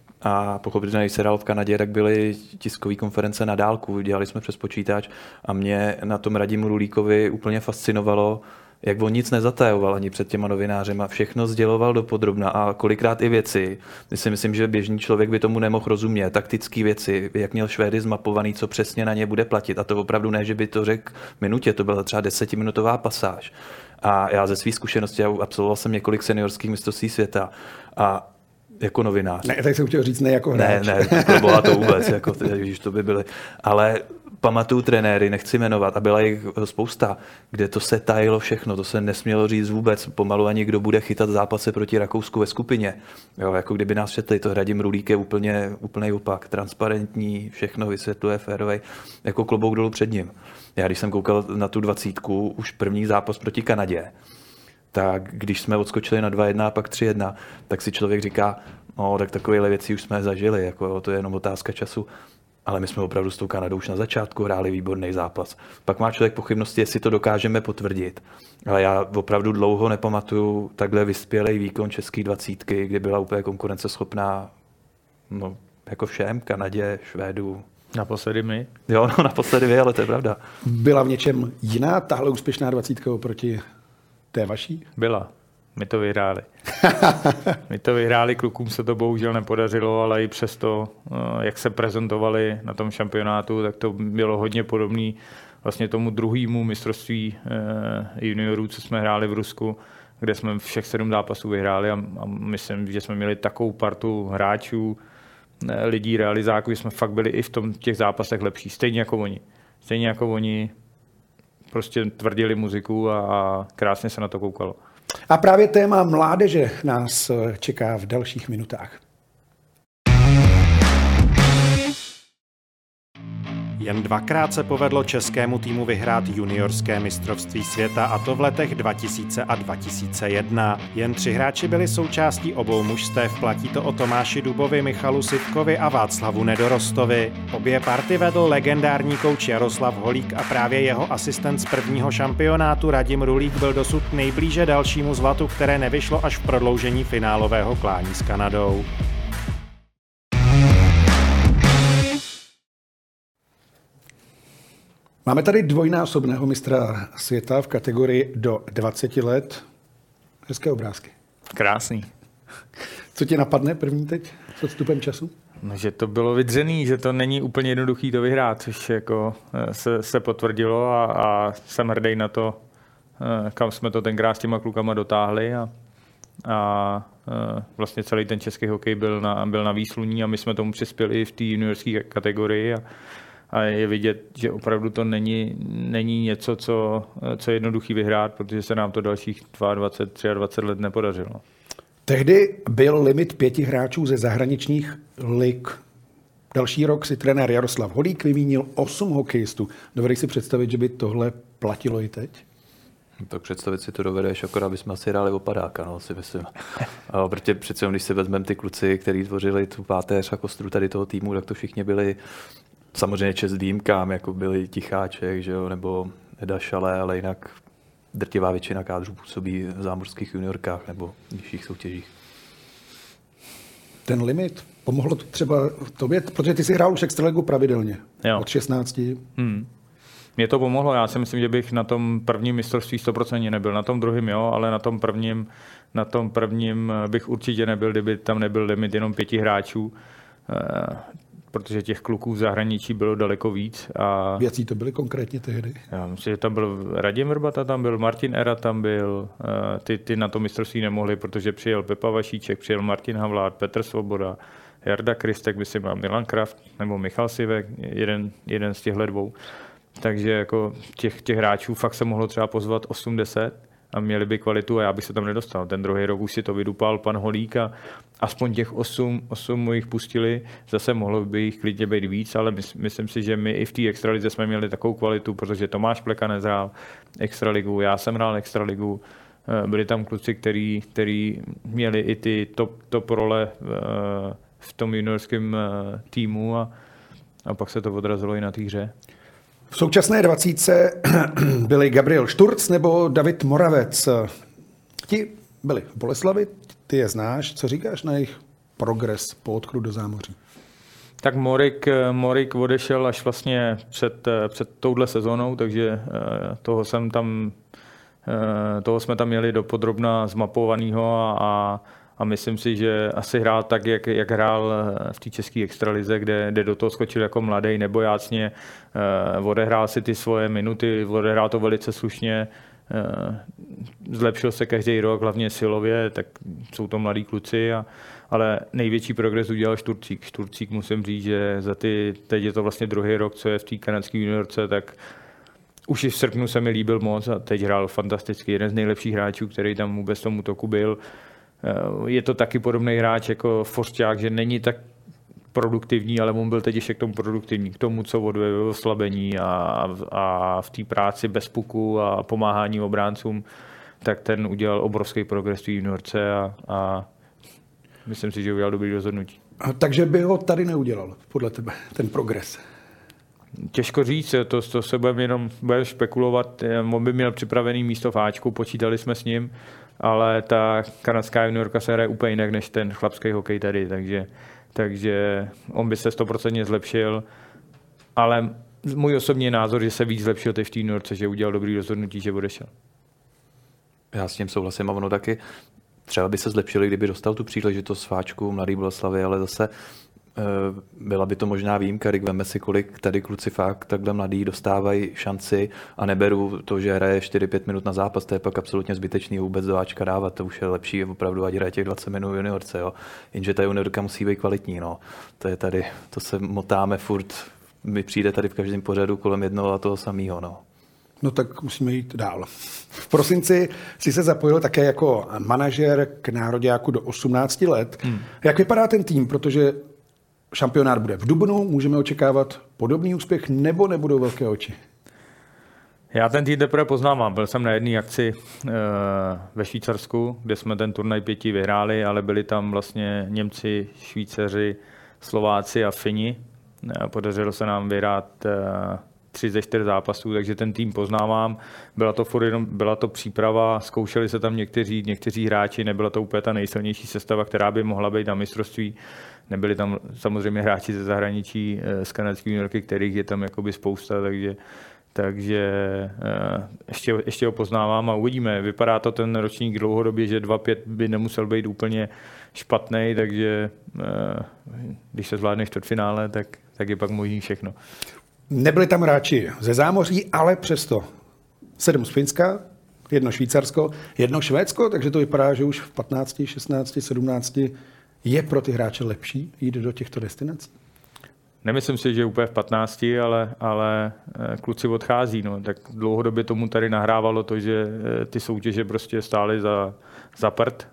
Speaker 3: a pochopitelně, když se hrál v Kanadě, tak byly tiskové konference na dálku, dělali jsme přes počítač a mě na tom Radimu Rulíkovi úplně fascinovalo, jak on nic nezatajoval ani před těma novinářema, všechno sděloval dopodrobna a kolikrát i věci. Myslím, že běžný člověk by tomu nemohl rozumět. Taktické věci, jak měl Švédy zmapovaný, co přesně na ně bude platit. A to opravdu ne, že by to řekl minutě, to byla třeba 10minutová pasáž. A já ze svých zkušeností, já absolvoval jsem několik seniorských mistrovství světa a jako novinář.
Speaker 1: Ne, tak jsem chtěl říct ne jako hráč.
Speaker 3: Ne, proboha to vůbec, jako víš, to by byly. Ale pamatuju trenéry, nechci jmenovat, a byla jich spousta, kde to se tajilo všechno, to se nesmělo říct vůbec, pomalu ani kdo bude chytat zápasy proti Rakousku ve skupině. Jo, jako kdyby nás četli, to Radim Rulík je úplný opak, transparentní, všechno vysvětluje, férovej, jako klobouk dolů před ním. Já když jsem koukal na tu 20, už první zápas proti Kanadě, tak když jsme odskočili na 2-1 a pak 3-1, tak si člověk říká, no tak takovéhle věci už jsme zažili, jako to je jenom otázka času. Ale my jsme opravdu s tou Kanadou už na začátku hráli výborný zápas. Pak má člověk pochybnosti, jestli to dokážeme potvrdit. Ale já opravdu dlouho nepamatuju takhle vyspělej výkon české 20, kdy byla úplně konkurenceschopná no, jako všem, Kanadě, Švédu.
Speaker 2: Naposledy my.
Speaker 3: Jo, no, naposledy vy, ale to je pravda.
Speaker 1: Byla v něčem jiná tahle úspěšná 20 oproti té vaší?
Speaker 2: Byla. My to vyhráli. Klukům se to bohužel nepodařilo, ale i přesto, jak se prezentovali na tom šampionátu, tak to bylo hodně podobné vlastně tomu druhému mistrovství juniorů, co jsme hráli v Rusku, kde jsme všech 7 zápasů vyhráli a myslím, že jsme měli takovou partu hráčů, lidí, realizáků, že jsme fakt byli i v těch zápasech lepší. Stejně jako oni prostě tvrdili muziku a krásně se na to koukalo.
Speaker 1: A právě téma mládeže nás čeká v dalších minutách.
Speaker 4: Jen 2krát se povedlo českému týmu vyhrát juniorské mistrovství světa, a to v letech 2000 a 2001. Jen 3 hráči byli součástí obou mužstev, platí to o Tomáši Dubovi, Michalu Sivkovi a Václavu Nedorostovi. Obě party vedl legendární kouč Jaroslav Holík a právě jeho asistent z prvního šampionátu Radim Rulík byl dosud nejblíže dalšímu zlatu, které nevyšlo až v prodloužení finálového klání s Kanadou.
Speaker 1: Máme tady dvojnásobného mistra světa v kategorii do 20 let. Hezké obrázky.
Speaker 2: Krásný.
Speaker 1: Co ti napadne první teď s odstupem času?
Speaker 2: No, že to bylo vydřený, že to není úplně jednoduchý to vyhrát, což jako se potvrdilo a jsem hrdý na to, kam jsme to tenkrát s těma klukama dotáhli a vlastně celý ten český hokej byl na výsluní a my jsme tomu přispěli v té juniorské kategorii a je vidět, že opravdu to není něco, co je jednoduchý vyhrát, protože se nám to dalších 22, 23 let nepodařilo.
Speaker 1: Tehdy byl limit 5 hráčů ze zahraničních lig. Další rok si trenér Jaroslav Holík vymínil 8 hokejistů. Dovedeš si představit, že by tohle platilo i teď?
Speaker 3: Tak představit si to dovedeš, akorát bychom asi hráli opadáka, no, si myslím. Protože přece, když si vezmeme ty kluci, kteří tvořili tu páteř a kostru tady toho týmu, tak to všichni byli samozřejmě čest výjimkám, jako byli Ticháček, že jo, nebo Eda Šale, ale jinak drtivá většina kádrů působí v zámořských juniorkách nebo nižších soutěžích.
Speaker 1: Ten limit, pomohlo to třeba tobě, protože ty si hrál už extraligu pravidelně,
Speaker 2: jo.
Speaker 1: Od 16.
Speaker 2: Mě to pomohlo, já si myslím, že bych na tom prvním mistrovství 100% nebyl, na tom druhém jo, ale na tom prvním bych určitě nebyl, kdyby tam nebyl limit jenom 5 hráčů, protože těch kluků v zahraničí bylo daleko víc. A
Speaker 1: Věcí to byly konkrétně tehdy?
Speaker 2: Já myslím, že tam byl Radim Vrbata, tam byl Martin Era, tam byl, ty na to mistrovství nemohli, protože přijel Pepa Vašíček, přijel Martin Havlát, Petr Svoboda, Jarda Kristek, myslím, a Milan Kraft, nebo Michal Sivek, jeden z těchto dvou. Takže jako těch hráčů fakt se mohlo třeba pozvat 80 a měli by kvalitu a já bych se tam nedostal. Ten druhý rok už si to vydupal pan Holík a aspoň těch 8 jich pustili. Zase mohlo by jich klidně být víc, ale myslím si, že my i v té extralize jsme měli takovou kvalitu, protože Tomáš Pleka nehrál extraligu, já jsem hrál extraligu. Byli tam kluci, kteří měli i ty top role v tom juniorském týmu a pak se to odrazilo i na té hře.
Speaker 1: V současné 20 byli Gabriel Šturc nebo David Moravec. Ti byli v Boleslavi, ty je znáš. Co říkáš na jejich progres po odchodu do zámoří?
Speaker 2: Tak Morik odešel až vlastně před touhle sezónou, takže toho jsme tam měli dopodrobna zmapovanýho a myslím si, že asi hrál tak, jak hrál v té české extralize, kde do toho skočil jako mladý nebojácně, odehrál si ty svoje minuty, odehrál to velice slušně, zlepšil se každý rok, hlavně silově, tak jsou to mladí kluci, ale největší progres udělal Šturcík. Šturcík musím říct, že teď je to vlastně druhý rok, co je v té kanadské juniorce, tak už i v srpnu se mi líbil moc a teď hrál fantasticky. Jeden z nejlepších hráčů, který tam vůbec tomu toku byl. Je to taky podobný hráč jako Forsťák, že není tak produktivní, ale on byl teď ještě k tomu produktivní, k tomu, co odvedl oslabení a v té práci bez puku a pomáhání obráncům, tak ten udělal obrovský progres v juniorce a myslím si, že udělal dobrý rozhodnutí.
Speaker 1: Takže by ho tady neudělal, podle tebe, ten progres?
Speaker 2: Těžko říct, to se budeme spekulovat. On by měl připravený místo v Ačku, počítali jsme s ním, ale ta kanadská juniorka se hraje úplně jinak než ten chlapský hokej tady, takže on by se 100% zlepšil, ale můj osobní názor, že se víc zlepšil teď v té juniorce, že udělal dobrý rozhodnutí, že odešel. Já
Speaker 3: s tím souhlasím a ono taky třeba by se zlepšili, kdyby dostal tu příležitost v Ačku Mladý Boleslavy, ale zase byla by to možná výjimka, když veme si, kolik tady kluci fakt takhle mladí dostávají šanci a neberu to, že hraje 4-5 minut na zápas, to je pak absolutně zbytečný vůbec do Ačka dávat, to už je lepší opravdu, ať hraje těch 20 minut juniorce, jo. Jenže ta juniorka musí být kvalitní, no. To je tady, to se motáme furt, mi přijde tady v každém pořadu kolem jednoho a toho samého, no.
Speaker 1: No tak musíme jít dál. V prosinci si se zapojil také jako manažer k nároďáku do 18 let. Jak vypadá ten tým, protože šampionát bude v dubnu, můžeme očekávat podobný úspěch nebo nebudou velké oči?
Speaker 2: Já ten tým teprve poznávám. Byl jsem na jedné akci ve Švýcarsku, kde jsme ten turnaj 5 vyhráli, ale byli tam vlastně Němci, Švýcaři, Slováci a Fini. Podařilo se nám vyhrát 3 ze 4 zápasů, takže ten tým poznávám. Byla to příprava, zkoušeli se tam někteří hráči, nebyla to úplně ta nejsilnější sestava, která by mohla být na mistrovství. Nebyli tam samozřejmě hráči ze zahraničí, z kanadské juniorky, kterých je tam jakoby spousta, takže ještě ho poznávám a uvidíme. Vypadá to ten ročník dlouhodobě, že 2-5 by nemusel být úplně špatný, takže když se zvládne čtvrtfinále, tak je pak možný všechno.
Speaker 1: Nebyli tam hráči ze zámoří, ale přesto 7 z Finska, 1 Švýcarsko, 1 Švédsko, takže to vypadá, že už v 15, 16, 17 je pro ty hráče lepší jít do těchto destinací?
Speaker 2: Nemyslím si, že úplně v 15, ale kluci odchází. No. Tak dlouhodobě tomu tady nahrávalo to, že ty soutěže prostě stály za prd.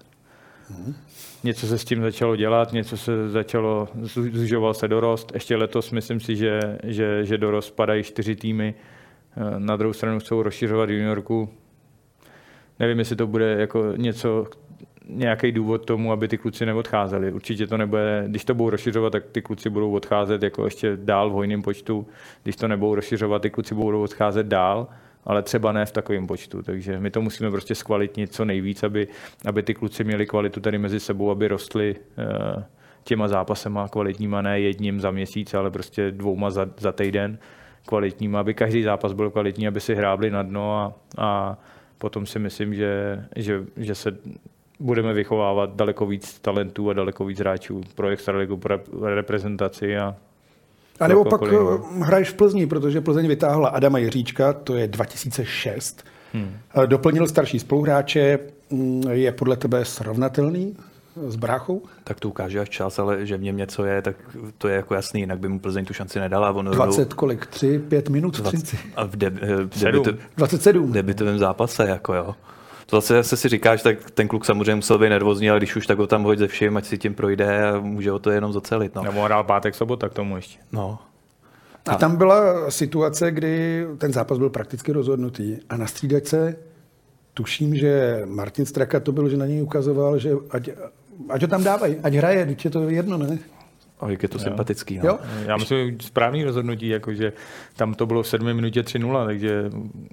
Speaker 2: Něco se s tím začalo dělat, něco se začalo, zužoval se dorost. Ještě letos myslím si, že dorost padají 4 týmy. Na druhou stranu chcou rozšiřovat juniorku. Nevím, jestli to bude jako nějaký důvod tomu, aby ty kluci neodcházeli. Určitě to nebude, když to budou rozšiřovat, tak ty kluci budou odcházet jako ještě dál v hojném počtu. Když to nebudou rozšiřovat, ty kluci budou odcházet dál, ale třeba ne v takovém počtu. Takže my to musíme prostě zkvalitnit co nejvíc, aby ty kluci měli kvalitu tady mezi sebou, aby rostli těma zápasema kvalitníma, ne jedním za měsíc, ale prostě 2 za týden kvalitníma, aby každý zápas byl kvalitní, aby si hrábli na dno a potom si myslím, že se budeme vychovávat daleko víc talentů a daleko víc hráčů pro extraligu, pro reprezentaci. A
Speaker 1: nebo pak hraješ v Plzni, protože Plzeň vytáhla Adama Jiříčka, to je 2006. Doplnil starší spoluhráče, je podle tebe srovnatelný s bráchou?
Speaker 3: Tak to ukáže až čas, ale že v něm něco je, tak to je jako jasný, jinak by mu Plzeň tu šanci nedala.
Speaker 1: 5 minut v Třinci.
Speaker 3: A v
Speaker 1: 27.
Speaker 3: debutovém zápase, jako jo. To zase si říkáš, tak ten kluk samozřejmě musel být nervózní, ale když už, tak ho tam hoď ze vším, ať si tím projde a může ho to jenom zacelit. No.
Speaker 2: Nebo hrál pátek, sobota k tomu ještě.
Speaker 3: No.
Speaker 1: A tam byla situace, kdy ten zápas byl prakticky rozhodnutý a na střídačce tuším, že Martin Straka to byl, že na něj ukazoval, že ať ho tam dávají, ať hraje, teď je to jedno, ne?
Speaker 3: A jak je to sympatický. No.
Speaker 1: Jo?
Speaker 2: Já myslím, správný rozhodnutí, jakože tam to bylo v 7 minutě 3-0, takže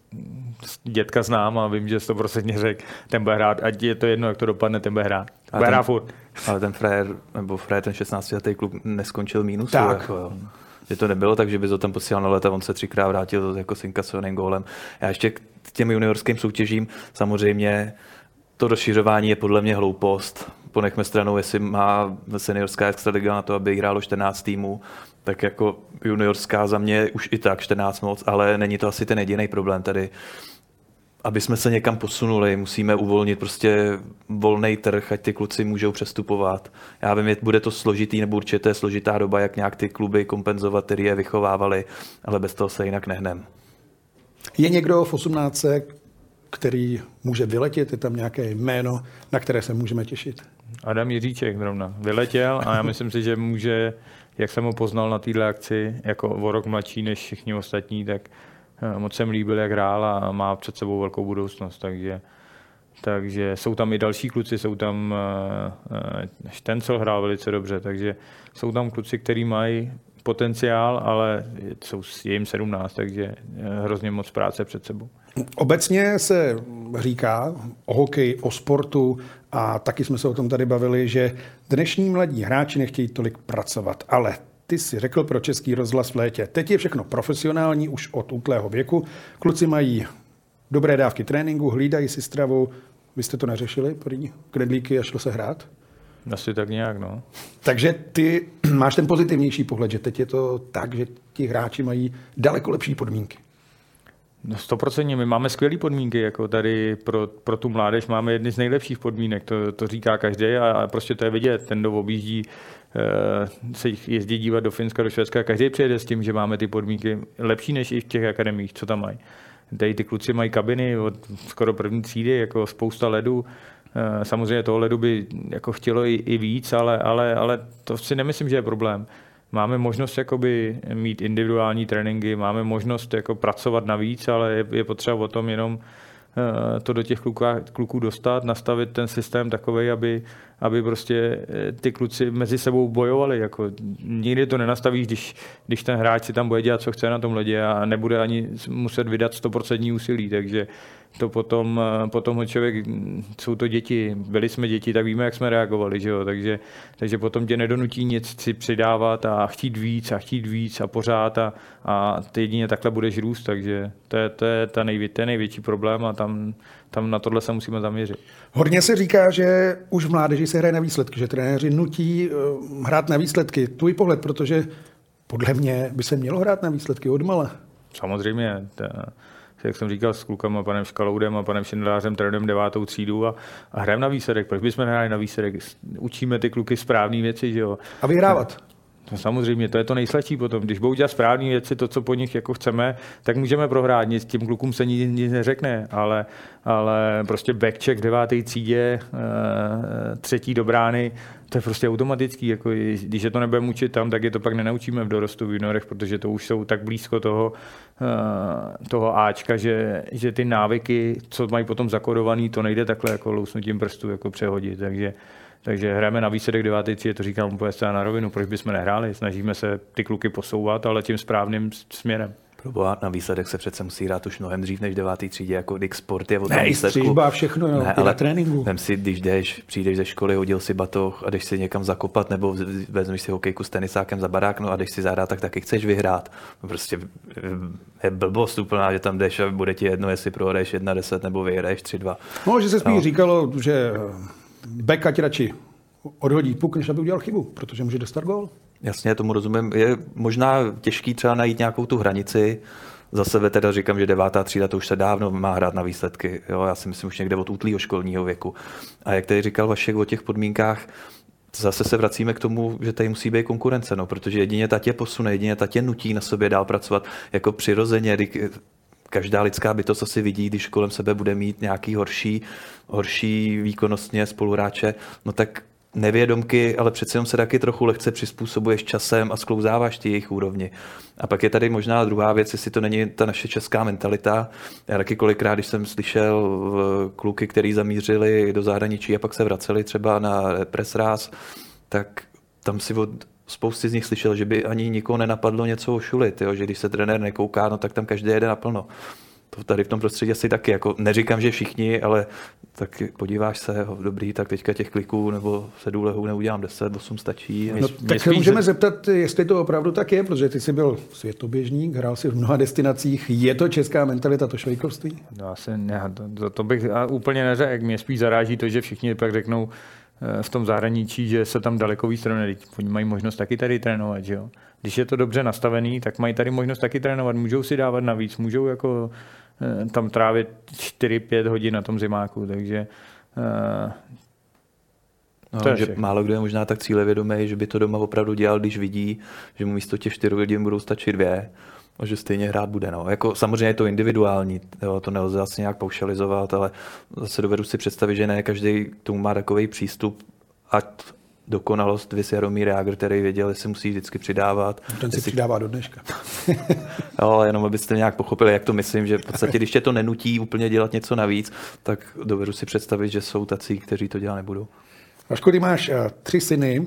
Speaker 2: dětka znám a vím, že 100% řekl, ten bude hrát, ať je to jedno, jak to dopadne, ten bude hrát. Bude hrát furt.
Speaker 3: Ale ten frajer, ten 16letý kluk neskončil mínusu. Jako, jo. Že to nebylo tak, že by to tam posílal na let a on se 3krát vrátil jako s inkasovaným gólem. Já ještě k těm juniorským soutěžím, samozřejmě to rozšiřování je podle mě hloupost. Ponechme stranou, jestli má seniorská extraliga na to, aby hrálo 14 týmů, tak jako juniorská za mě už i tak 14 moc, ale není to asi ten jediný problém tady. Aby jsme se někam posunuli, musíme uvolnit prostě volný trh, ať ty kluci můžou přestupovat. Já vím, bude to složitý, nebo určitě složitá doba, jak nějak ty kluby kompenzovat, který je vychovávali, ale bez toho se jinak nehnem.
Speaker 1: Je někdo v 18, který může vyletět? Je tam nějaké jméno, na které se můžeme těšit?
Speaker 2: Adam Jiříček zrovna vyletěl a já myslím si, že může, jak jsem ho poznal na této akci, jako o rok mladší než všichni ostatní, tak moc jsem líbil, jak hrál a má před sebou velkou budoucnost. Takže jsou tam i další kluci, jsou tam Štencel hrál velice dobře, takže jsou tam kluci, kteří mají potenciál, ale je jim 17, takže hrozně moc práce před sebou.
Speaker 1: Obecně se říká o hokeji, o sportu a taky jsme se o tom tady bavili, že dnešní mladí hráči nechtějí tolik pracovat, ale ty si řekl pro Český rozhlas v létě. Teď je všechno profesionální už od útlého věku. Kluci mají dobré dávky tréninku, hlídají si stravu. Vy jste to neřešili, knedlíky a šlo se hrát?
Speaker 2: Asi tak nějak, no.
Speaker 1: Takže ty máš ten pozitivnější pohled, že teď je to tak, že ti hráči mají daleko lepší podmínky.
Speaker 2: No 100%, my máme skvělé podmínky, jako tady pro tu mládež máme jedny z nejlepších podmínek, to říká každý a prostě to je vidět, ten, kdo objíždí, se jezdí dívat do Finska, do Švédska, každý přijede s tím, že máme ty podmínky lepší než i v těch akademiích, co tam mají. Tady ty kluci mají kabiny od skoro první třídy, jako spousta ledů. Samozřejmě toho ledu by jako chtělo i víc, ale to si nemyslím, že je problém. Máme možnost jakoby mít individuální tréninky, máme možnost jako pracovat navíc, ale je potřeba o tom jenom to do těch kluků dostat, nastavit ten systém takovej, aby prostě ty kluci mezi sebou bojovali. Jako, nikdy to nenastavíš, když ten hráč si tam bude dělat, co chce na tom ledě a nebude ani muset vydat 100% úsilí, takže to potom člověk, jsou to děti, byli jsme děti, tak víme, jak jsme reagovali, že jo? Takže potom tě nedonutí nic si přidávat a chtít víc a pořád a ty jedině takhle budeš růst, takže to je ten největší problém a tam na tohle se musíme zaměřit.
Speaker 1: Hodně se říká, že už v mládeži se hraje na výsledky, že trenéři nutí hrát na výsledky. Tvůj pohled, protože podle mě by se mělo hrát na výsledky odmala.
Speaker 2: Samozřejmě. Jak jsem říkal s klukama, panem Škaloudem a panem Šindelářem, trénujeme 9. třídu a hrajeme na výsledek. Proč bychom nehráli na výsledek? Učíme ty kluky správné věci, že jo.
Speaker 1: A vyhrávat.
Speaker 2: To samozřejmě, to je to nejsladší potom. Když budou dělat správné věci, to, co po nich jako chceme, tak můžeme prohrát. Nic těm klukům se nic neřekne, ale prostě backcheck v 9. třídě, 3. do brány, to je prostě automatický. Jako, když je to nebudeme učit tam, tak je to pak nenaučíme v dorostu v juniorech, protože to už jsou tak blízko toho Ačka, že ty návyky, co mají potom zakodovaný, to nejde takhle jako lousnutím prstu jako přehodit. Takže hrajeme na výsledek 9. třídy, to říkám úplně na rovinu, proč bychom nehráli. Snažíme se ty kluky posouvat, ale tím správným směrem.
Speaker 3: Proboha, na výsledek se přece musí hrát už mnohem dřív než 9. třídě, jako když sport je o tom
Speaker 1: ne,
Speaker 3: výsledku.
Speaker 1: Střížba, všechno, jo,
Speaker 3: ne, ale
Speaker 1: na tréninku.
Speaker 3: vem si, když přijdeš ze školy, hodil si batoh a jdeš si někam zakopat, nebo vezmeš si hokejku s tenisákem za barák, no a když si zahrát, tak taky chceš vyhrát. Prostě je blbost úplná, že tam jdeš a bude ti jedno, jestli prohraješ 1-10 nebo vyhraješ 3-2.
Speaker 1: No, že se spíš říkalo, že beka ti radši odhodí puk, než aby udělal chybu, protože může dostat gól.
Speaker 3: Jasně, tomu rozumím. Je možná těžký třeba najít nějakou tu hranici. Za sebe teda říkám, že 9. třída to už se dávno má hrát na výsledky. Jo, já si myslím už někde od útlýho školního věku. A jak tady říkal Vašek o těch podmínkách, zase se vracíme k tomu, že tady musí být konkurence, no, protože jedině ta tě posune, jedině ta tě nutí na sobě dál pracovat jako přirozeně. Každá lidská bytost asi vidí, když kolem sebe bude mít nějaký horší výkonnostně spoluhráče, no tak nevědomky, ale přece jenom se taky trochu lehce přizpůsobuješ časem a sklouzáváš ty jejich úrovni. A pak je tady možná druhá věc, jestli to není ta naše česká mentalita. Já taky kolikrát, když jsem slyšel kluky, který zamířili do zahraničí a pak se vraceli třeba na press, tak tam si od spousty z nich slyšel, že by ani nikoho nenapadlo něco ošulit, jo? Že když se trenér nekouká, no tak tam každý jede naplno. To tady v tom prostředí asi taky, jako neříkám, že všichni, ale tak podíváš se, dobrý, tak teďka těch kliků nebo 7 lehů neudělám 10, 8 stačí.
Speaker 1: No, tak se můžeme zeptat, jestli to opravdu tak je, protože ty jsi byl světoběžník, hrál si v mnoha destinacích. Je to česká mentalita, to švejkovství?
Speaker 2: No, asi ne, to bych úplně neřekl. Mě spíš zaráží to, že všichni pak řeknou v tom zahraničí, že se tam daleko víc trénuje. Oni mají možnost taky tady trénovat, že jo? Když je to dobře nastavený, tak mají tady možnost taky trénovat. Můžou si dávat navíc, můžou jako tam trávit 4-5 hodin na tom zimáku, takže
Speaker 3: no, že málo kdo je možná tak cílevědomý, že by to doma opravdu dělal, když vidí, že mu místo těch 4 hodin budou stačit 2 a že stejně hrát bude. No. Jako, samozřejmě je to individuální, jo, to nelze asi nějak paušalizovat, ale zase dovedu si představit, že ne každý k tomu má takový přístup, ať dokonalost vys Jaromír Jágr, který věděl, jestli musí vždycky přidávat.
Speaker 1: Ten si přidává do dneška.
Speaker 3: Jo, jenom abyste nějak pochopili, jak to myslím, že v podstatě, když tě to nenutí úplně dělat něco navíc, tak dovedu si představit, že jsou tací, kteří to dělat nebudou.
Speaker 1: Vašku, ty máš 3 syny.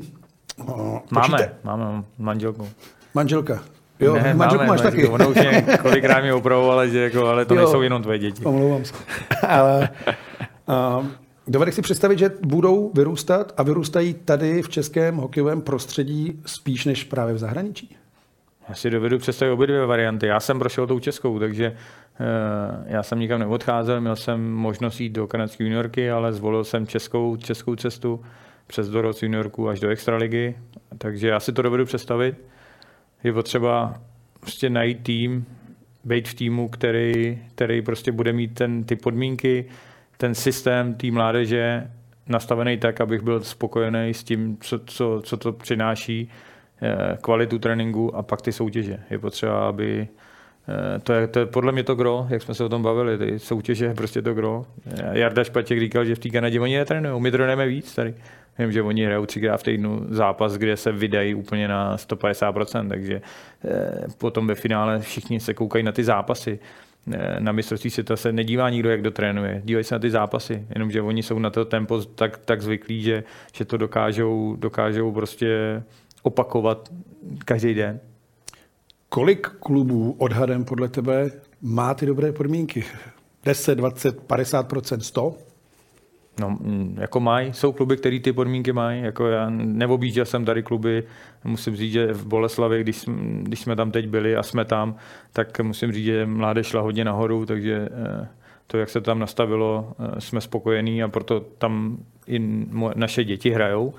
Speaker 2: Máme manželku.
Speaker 1: Manželka. Jo,
Speaker 2: ne,
Speaker 1: manželku máš taky.
Speaker 2: Ona už mě kolikrát mě opravovala, že jako, ale to nejsou jenom tvoje děti.
Speaker 1: Omlouvám se. Ale dovedeš si představit, že budou vyrůstat a vyrůstají tady v českém hokejovém prostředí spíš než právě v zahraničí?
Speaker 2: Já si dovedu představit obě dvě varianty. Já jsem prošel tou českou, takže já jsem nikam neodcházel, měl jsem možnost jít do kanadské juniorky, ale zvolil jsem českou cestu přes dorost juniorku až do extraligy, takže já si to dovedu představit. Je potřeba prostě najít tým, být v týmu, který prostě bude mít ty podmínky, ten systém té mládeže nastavený tak, abych byl spokojený s tím, co to přináší, kvalitu tréninku a pak ty soutěže. Je potřeba, aby to je podle mě to gro, jak jsme se o tom bavili, ty soutěže je prostě to gro. Jarda Špatěk říkal, že v té Kanadě oni netrénujou, my trénujeme víc tady. Vím, že oni hrajou 3krát v týdnu zápas, kde se vydají úplně na 150%, takže potom ve finále všichni se koukají na ty zápasy. Na mistrovství světa se nedívá nikdo, jak dotrénuje. Dívají se na ty zápasy, jenomže oni jsou na to tempo tak zvyklí, že to dokážou prostě opakovat každý den.
Speaker 1: Kolik klubů odhadem podle tebe má ty dobré podmínky? 10, 20, 50%, 100%?
Speaker 2: No, jako mají, jsou kluby, které ty podmínky mají, jako já neobjížděl jsem tady kluby, musím říct, že v Boleslavi, když jsme tam teď byli a jsme tam, tak musím říct, že mládež šla hodně nahoru, takže to, jak se tam nastavilo, jsme spokojení a proto tam i naše děti hrajou.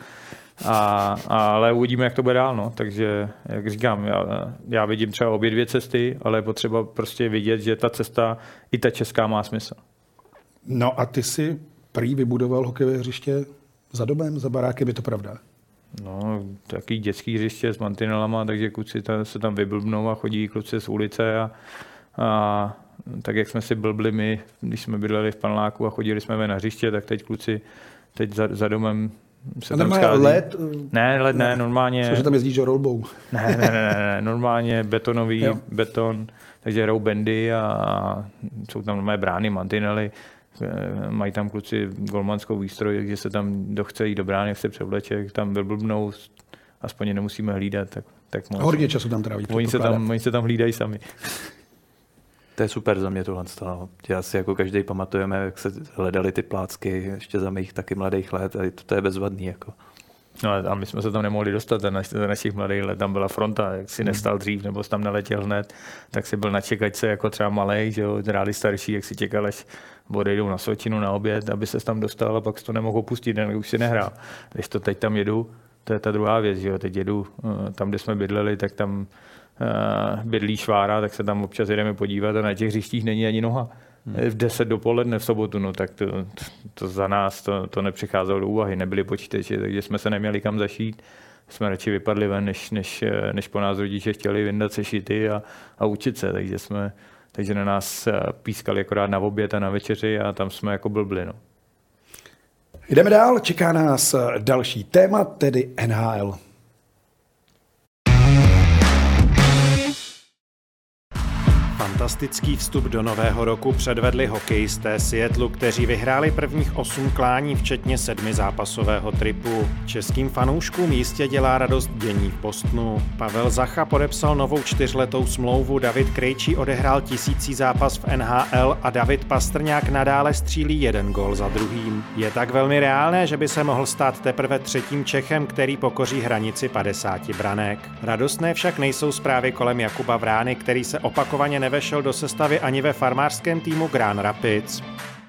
Speaker 2: Ale uvidíme, jak to bude dál, no. Takže, jak říkám, já vidím třeba obě dvě cesty, ale je potřeba prostě vidět, že ta cesta, i ta česká má smysl.
Speaker 1: No a ty si prý vybudoval hokejové hřiště za domem, za barákem, je to pravda?
Speaker 2: No, takový dětský hřiště s mantinelama, takže kluci se tam vyblbnou a chodí kluci z ulice a tak, jak jsme si blbli my, když jsme bydleli v paneláku a chodili jsme na hřiště, tak teď kluci za domem se tam schází.
Speaker 1: Led?
Speaker 2: Ne, led ne, normálně.
Speaker 1: Cože tam jezdíš rolbou?
Speaker 2: Ne, normálně betonový, beton, takže hrajou bandy a jsou tam normálně brány, mantinely. Mají tam kluci golmanskou výstroj, takže se tam kdo chce jít do brány, chce převleček, tam vyblbnou, aspoň nemusíme hlídat. Tak moc.
Speaker 1: Hodně času tam tráví.
Speaker 2: Oni se tam hlídají sami.
Speaker 3: To je super za mě tohle. Já si jako každý pamatujeme, jak se hledali ty plácky ještě za mých taky mladých let a to je bezvadný. Jako.
Speaker 2: No a my jsme se tam nemohli dostat za našich mladých let. Tam byla fronta, jak si nestal dřív, nebo jsi tam neletěl hned, tak si byl na čekačce jako třeba malej, že jo, rádi starší, jak si čekal, až odejdou na Sočinu na oběd, aby ses tam dostal a pak si to nemohl opustit, už si nehrál. Když to teď tam jedu, to je ta druhá věc, že jo, teď jedu tam, kde jsme bydleli, tak tam bydlí Švára, tak se tam občas jedeme podívat a na těch hřištích není ani noha. V 10 dopoledne v sobotu, no tak to za nás to nepřicházelo do úvahy, nebyly počítače, takže jsme se neměli kam zašít. Jsme radši vypadli ven, než po nás rodiče chtěli vyndat sešity a učit se, takže na nás pískali akorát na oběd a na večeři a tam jsme jako blbli. No.
Speaker 1: Jdeme dál, čeká nás další téma, tedy NHL.
Speaker 4: Fantastický vstup do nového roku předvedli hokejisté Seattlu, kteří vyhráli prvních 8 klání, včetně 7 zápasového tripu. Českým fanouškům jistě dělá radost dění v Bostonu. Pavel Zacha podepsal novou 4letou smlouvu, David Krejčí odehrál 1000. zápas v NHL a David Pastrňák nadále střílí jeden gól za druhým. Je tak velmi reálné, že by se mohl stát teprve 3. Čechem, který pokoří hranici 50 branek. Radostné však nejsou zprávy kolem Jakuba Vrány, který se opakovaně nevešel do sestavy ani ve farmářském týmu Grand Rapids.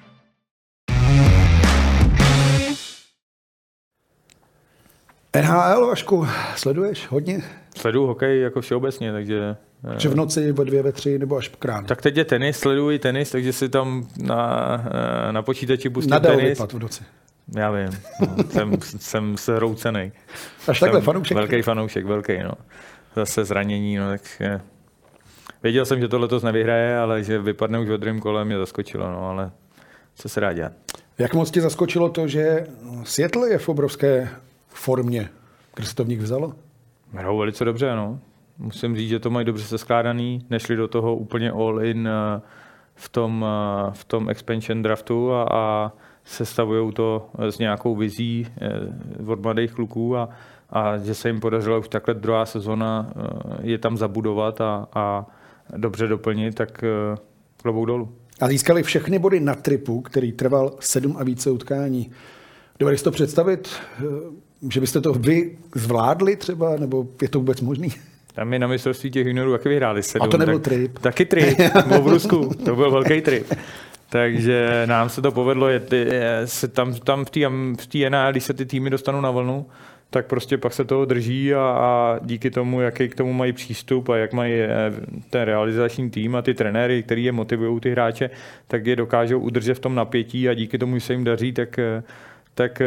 Speaker 1: NHL, Vašku, sleduješ hodně?
Speaker 2: Sleduju hokej jako všeobecně, takže...
Speaker 1: Či v noci, ve 2, ve 3 nebo až k ránu?
Speaker 2: Tak teď je tenis, sleduji tenis, takže si tam na počítači pustím
Speaker 1: Nadal
Speaker 2: tenis.
Speaker 1: vypad v noci.
Speaker 2: Já vím, no, jsem zhroucenej.
Speaker 1: Až takhle fanoušek?
Speaker 2: Velký fanoušek, no. Zase zranění, no tak... Věděl jsem, že to letos nevyhraje, ale že vypadne už ve druhém kole, mě zaskočilo, no, ale co se dá dělat.
Speaker 1: Jak moc ti zaskočilo to, že Seattle je v obrovské formě? Kde se to v nich vzalo?
Speaker 2: Hrajou velice dobře, no. Musím říct, že to mají dobře seskládaný, nešli do toho úplně all in v tom expansion draftu a sestavujou to s nějakou vizí od mladých kluků a že se jim podařilo už takhle druhá sezona je tam zabudovat a dobře doplnit, tak klobouk dolů.
Speaker 1: A získali všechny body na tripu, který trval 7 a více utkání. Dovedeš si to představit, že byste to vy zvládli třeba, nebo je to vůbec možný?
Speaker 2: Tam mi na mistrovství těch juniorů taky vyhráli 7.
Speaker 1: A to nebyl trip.
Speaker 2: Taky trip, byl v Rusku, to byl velký trip. Takže nám se to povedlo, tam v té NHL, když se ty týmy dostanou na vlnu, tak prostě pak se toho drží a díky tomu, jaký k tomu mají přístup a jak mají ten realizační tým a ty trenéry, který je motivují ty hráče, tak je dokážou udržet v tom napětí a díky tomu, že se jim daří, tak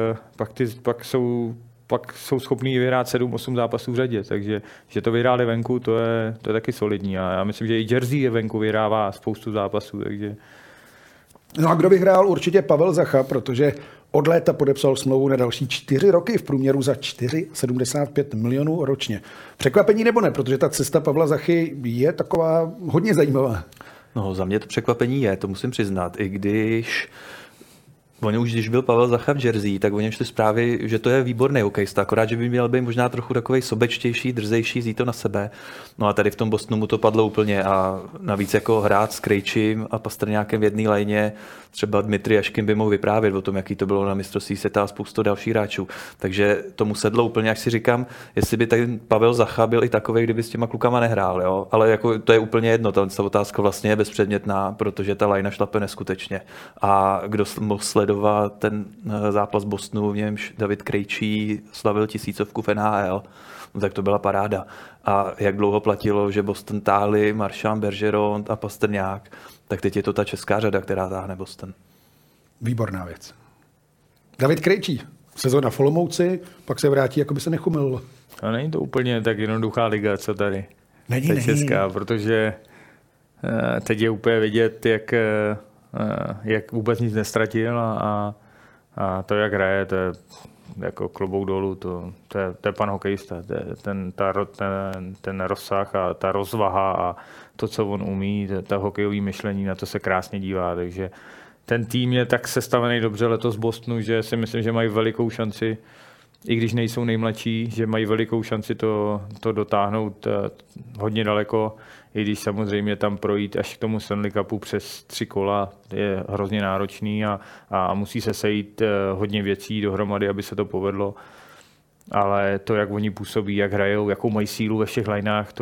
Speaker 2: pak jsou schopní vyhrát 7-8 zápasů v řadě, takže že to vyhráli venku, to je taky solidní a já myslím, že i Jersey je venku vyhrává spoustu zápasů, takže...
Speaker 1: No a kdo vyhrál? Určitě Pavel Zacha, protože od léta podepsal smlouvu na další 4 roky v průměru za 4,75 milionů ročně. Překvapení nebo ne? Protože ta cesta Pavla Zachy je taková hodně zajímavá.
Speaker 3: No, za mě to překvapení je, to musím přiznat, i když... Když byl Pavel Zacha v Jersey, tak o něm šly zprávy, že to je výborný hokejista, akorát, že by měl být možná trochu takovej sobečtější, drzejší, vzít to na sebe. No a tady v tom Bostonu mu to padlo úplně a navíc jako hrát s Krejčím a Pastrňákem v jedné lajně, třeba Dmitry Jaškin by mohl vyprávět o tom, jaký to bylo na mistrovství světa a spoustu dalších hráčů. Takže tomu sedlo úplně, jak si říkám, jestli by ten Pavel Zacha byl i takový, kdyby s těma klukama nehrál, jo? Ale jako to je úplně jedno, ta otázka vlastně je bezpředmětná, protože ta lajna šlape neskutečně. A kdo mohl sledovat ten zápas Bostonu, v němž David Krejčí slavil 1000 v NHL, no tak to byla paráda. A jak dlouho platilo, že Boston táhli Marchand, Bergeron a Pastrňák, tak teď je to ta česká řada, která táhne Boston.
Speaker 1: Výborná věc. David Krejčí, sezona v Olomouci, pak se vrátí, jako by se nechumil.
Speaker 2: A není to úplně tak jednoduchá liga, co tady.
Speaker 1: Není.
Speaker 2: Česká, protože teď je úplně vidět, jak vůbec nic nestratil a to, jak hraje, to je jako klobouk dolů, to je pan hokejista. Ten rozsah a ta rozvaha a to, co on umí, ta hokejové myšlení, na to se krásně dívá. Takže ten tým je tak sestavený dobře letos v Bostonu, že si myslím, že mají velikou šanci, i když nejsou nejmladší, že mají velikou šanci to dotáhnout hodně daleko, i když samozřejmě tam projít až k tomu Stanley Cupu přes 3 kola je hrozně náročný a musí se sejít hodně věcí dohromady, aby se to povedlo. Ale to, jak oni působí, jak hrajou, jakou mají sílu ve všech lineách,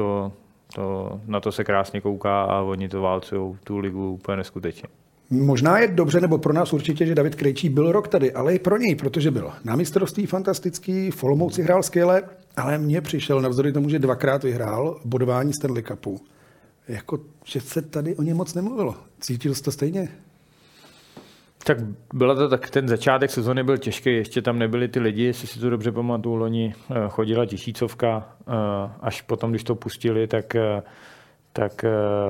Speaker 2: na to se krásně kouká a oni to válcujou tu ligu úplně neskutečně.
Speaker 1: Možná je dobře, nebo pro nás určitě, že David Krejčí byl rok tady, ale i pro něj, protože byl na mistrovství fantastický, v Olomouci hrál skvěle, ale mně přišel, navzdory tomu, že 2krát vyhrál bodování Stanley Cupu, jako, že se tady o něm moc nemluvilo. Cítil jsi to stejně?
Speaker 2: Tak byla to tak, ten začátek sezony byl těžký, ještě tam nebyli ty lidi, jestli si to dobře pamatuju, loni chodila tisícovka, až potom, když to pustili, tak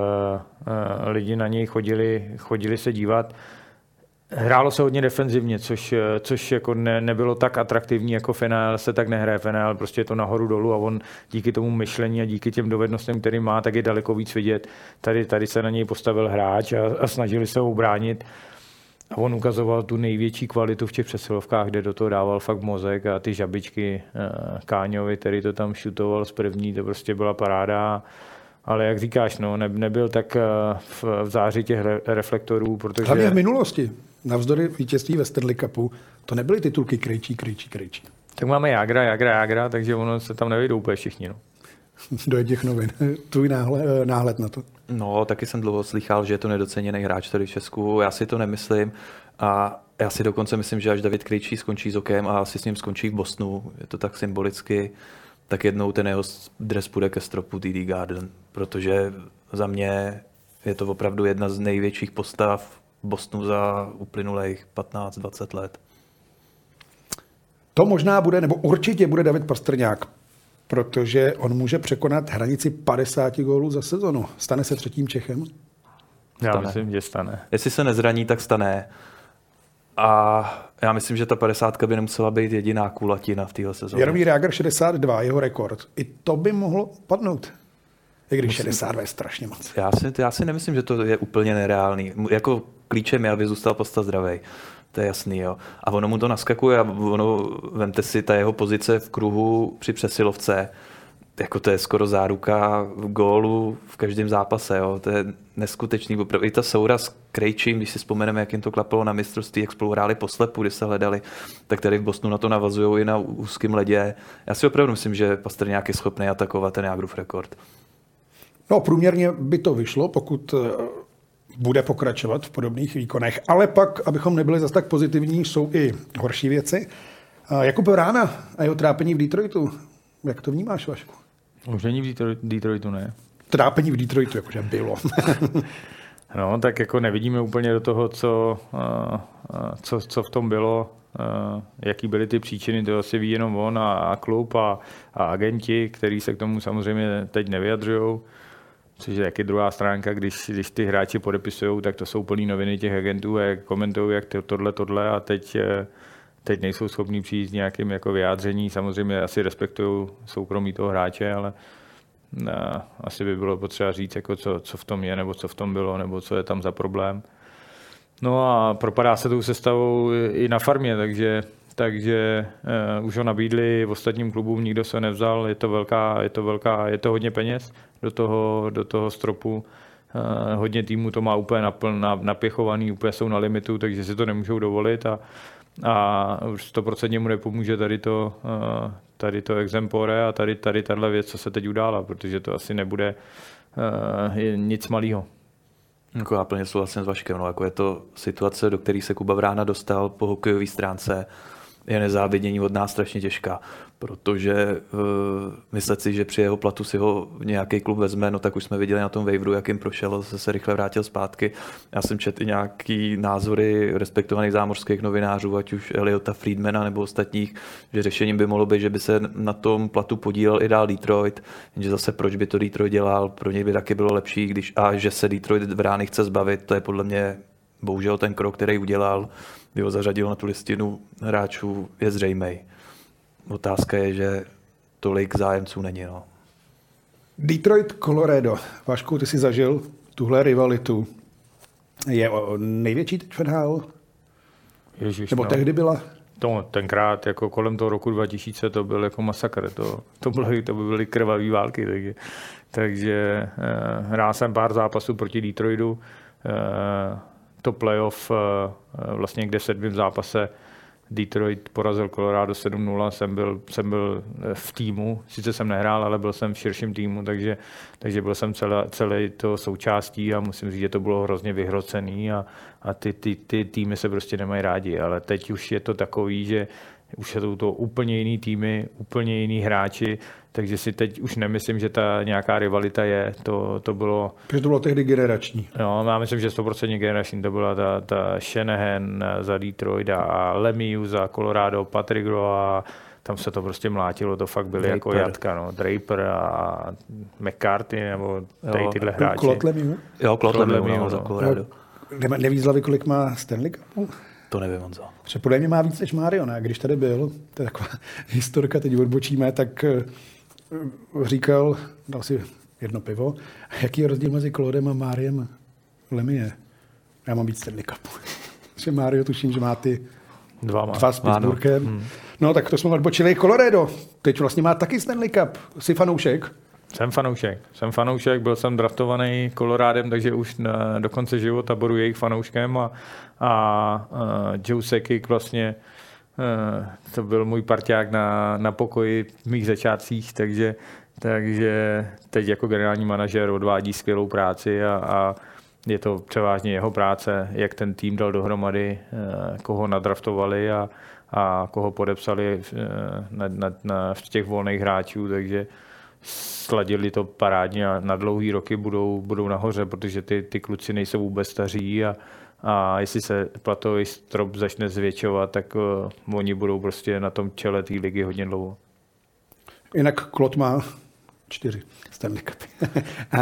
Speaker 2: lidi na něj chodili se dívat. Hrálo se hodně defenzivně, což jako nebylo tak atraktivní jako Finál, se tak nehraje Finál, prostě je to nahoru dolů a on díky tomu myšlení a díky těm dovednostem, který má, tak je daleko víc vidět. Tady se na něj postavil hráč a snažili se ho ubránit. A on ukazoval tu největší kvalitu v těch přesilovkách, kde do toho dával fakt mozek a ty žabičky Káňovi, který to tam šutoval z první, to prostě byla paráda. Ale jak říkáš, no, nebyl tak v záři těch reflektorů, protože...
Speaker 1: Hlavně v minulosti, navzdory vítězství ve Stanley Cupu, to nebyly titulky Krejčí.
Speaker 2: Tak máme Jágra, takže ono se tam nevejdou úplně všichni, no.
Speaker 1: Do těch novin. Tvůj náhled na to.
Speaker 3: No, taky jsem dlouho slychal, že je to nedoceněný hráč tady v Česku. Já si to nemyslím. A já si dokonce myslím, že až David Krejčí skončí s hokejem a asi s ním skončí v Bostonu, je to tak symbolicky, tak jednou ten jeho dres půjde ke stropu TD Garden, protože za mě je to opravdu jedna z největších postav Bostonu za uplynulých 15-20 let.
Speaker 1: To možná bude, nebo určitě bude David Pastrňák, protože on může překonat hranici 50 gólů za sezonu. Stane se 3. Čechem?
Speaker 2: Já myslím, že stane.
Speaker 3: Jestli se nezraní, tak stane. A já myslím, že ta 50 by nemusela být jediná kulatina v téhle sezóně.
Speaker 1: Jaromír Jágr 62, jeho rekord. I to by mohlo padnout. I když 62 je strašně moc.
Speaker 3: Já si nemyslím, že to je úplně nereálný. Jako klíčem je, aby zůstal Pasta zdravej. To je jasný, jo. A ono mu to naskakuje a vemte si, ta jeho pozice v kruhu při přesilovce, jako to je skoro záruka v gólu v každém zápase, jo. To je neskutečný. I ta soura s Krejčím, když si vzpomeneme, jak jim to klapalo na mistrovství, jak spolu hráli poslepu, kdy se hledali, tak tady v Bostonu na to navazují i na úzkém ledě. Já si opravdu myslím, že Pastrňák je schopný atakovat ten Jágrův rekord.
Speaker 1: No, průměrně by to vyšlo, pokud bude pokračovat v podobných výkonech. Ale pak, abychom nebyli zase tak pozitivní, jsou i horší věci. Jakub Vrána a jeho trápení v Detroitu. Jak to vnímáš, Vašku?
Speaker 2: Už není v Detroitu, ne?
Speaker 1: Trápení v Detroitu, jakože bylo.
Speaker 2: No, tak jako nevidíme úplně do toho, co v tom bylo, jaký byly ty příčiny, to asi ví jenom on a klub a agenti, kteří se k tomu samozřejmě teď nevyjadřují. Což je taky druhá stránka, když ty hráči podepisují, tak to jsou plný noviny těch agentů a komentují, jak tohle a teď nejsou schopní přijít s nějakým jako vyjádření. Samozřejmě asi respektují soukromí toho hráče, ale asi by bylo potřeba říct, jako co v tom je, nebo co v tom bylo, nebo co je tam za problém. No a propadá se tou sestavou i na farmě, takže už ho nabídli v ostatním klubům, nikdo se nevzal, je to hodně peněz do toho stropu. Hodně týmů to má úplně napěchovaný, úplně jsou na limitu, takže si to nemůžou dovolit a už 100% mu nepomůže tady to exempore a tady tahle věc, co se teď udála, protože to asi nebude nic malého.
Speaker 3: Jako já plně souhlasím s Vaškem, no, jako je to situace, do které se Kuba Vrána dostal po hokejové stránce. je nezávidění od nás strašně těžká, protože myslet si, že při jeho platu si ho nějaký klub vezme, no tak už jsme viděli na tom waiveru, jak jim prošel, se rychle vrátil zpátky. Já jsem četl i nějaký názory respektovaných zámořských novinářů, ať už Eliota Friedmana nebo ostatních, že řešením by mohlo být, že by se na tom platu podílel i dál Detroit, jenže zase proč by to Detroit dělal, pro něj by taky bylo lepší, že se Detroit v rány chce zbavit, to je podle mě bohužel ten krok, který udělal, by ho zařadil na tu listinu hráčů, je zřejmej. Otázka je, že tolik zájemců není. No.
Speaker 1: Detroit, Colorado. Vašku, ty jsi zažil tuhle rivalitu. Je největší teď v NHL?
Speaker 2: Ježiš,
Speaker 1: nebo tehdy byla?
Speaker 2: Tenkrát jako kolem toho roku 2000 to byl jako masakr. To by byly krvavé války. Takže hrál jsem pár zápasů proti Detroitu. To playoff, vlastně kde v 7. zápase Detroit porazil Colorado 7-0, jsem byl v týmu, sice jsem nehrál, ale byl jsem v širším týmu, takže byl jsem celý to součástí a musím říct, že to bylo hrozně vyhrocený a ty týmy se prostě nemají rádi, ale teď už je to takový, že už jsou to úplně jiný týmy, úplně jiný hráči, takže si teď už nemyslím, že ta nějaká rivalita je. To bylo...
Speaker 1: Protože to bylo tehdy generační.
Speaker 2: No, já myslím, že 100% generační. To byla ta Shanahan za Detroit a Lemieux za Colorado, Patrick Roy a tam se to prostě mlátilo, to fakt byly jako jatka. No. Draper a McCarthy nebo tyhle hráči.
Speaker 1: Claude Lemieux?
Speaker 3: Jo, Claude Lemieux za Colorado.
Speaker 1: Nevíš z hlavy, kolik má Stanley Cupu?
Speaker 3: To nevím, Honzo.
Speaker 1: Protože podle mě má víc než Marion. A když tady byl, to je taková historka, teď odbočíme, tak říkal, dal si jedno pivo, jaký je rozdíl mezi Claudem a Mariem Lemieux? Já mám víc Stanley Cupu. Že Mario tuším, že má ty dva s Pittsburghem. No tak to jsme odbočili. Colorado, teď vlastně má taky Stanley Cup. Jsi fanoušek?
Speaker 2: Jsem fanoušek, byl jsem draftovaný Colorádem, takže už do konce života budu jejich fanouškem a Joe Sakic vlastně to byl můj parťák na pokoji v mých začátcích, takže teď jako generální manažer odvádí skvělou práci a je to převážně jeho práce, jak ten tým dal dohromady, koho nadraftovali a koho podepsali v těch volných hráčů, takže sladili to parádně a na dlouhý roky budou nahoře, protože ty kluci nejsou vůbec staří a jestli se platový strop začne zvětšovat, tak oni budou prostě na tom čele té ligy hodně dlouho.
Speaker 1: Jinak Claude má 4 Stanley Cupy.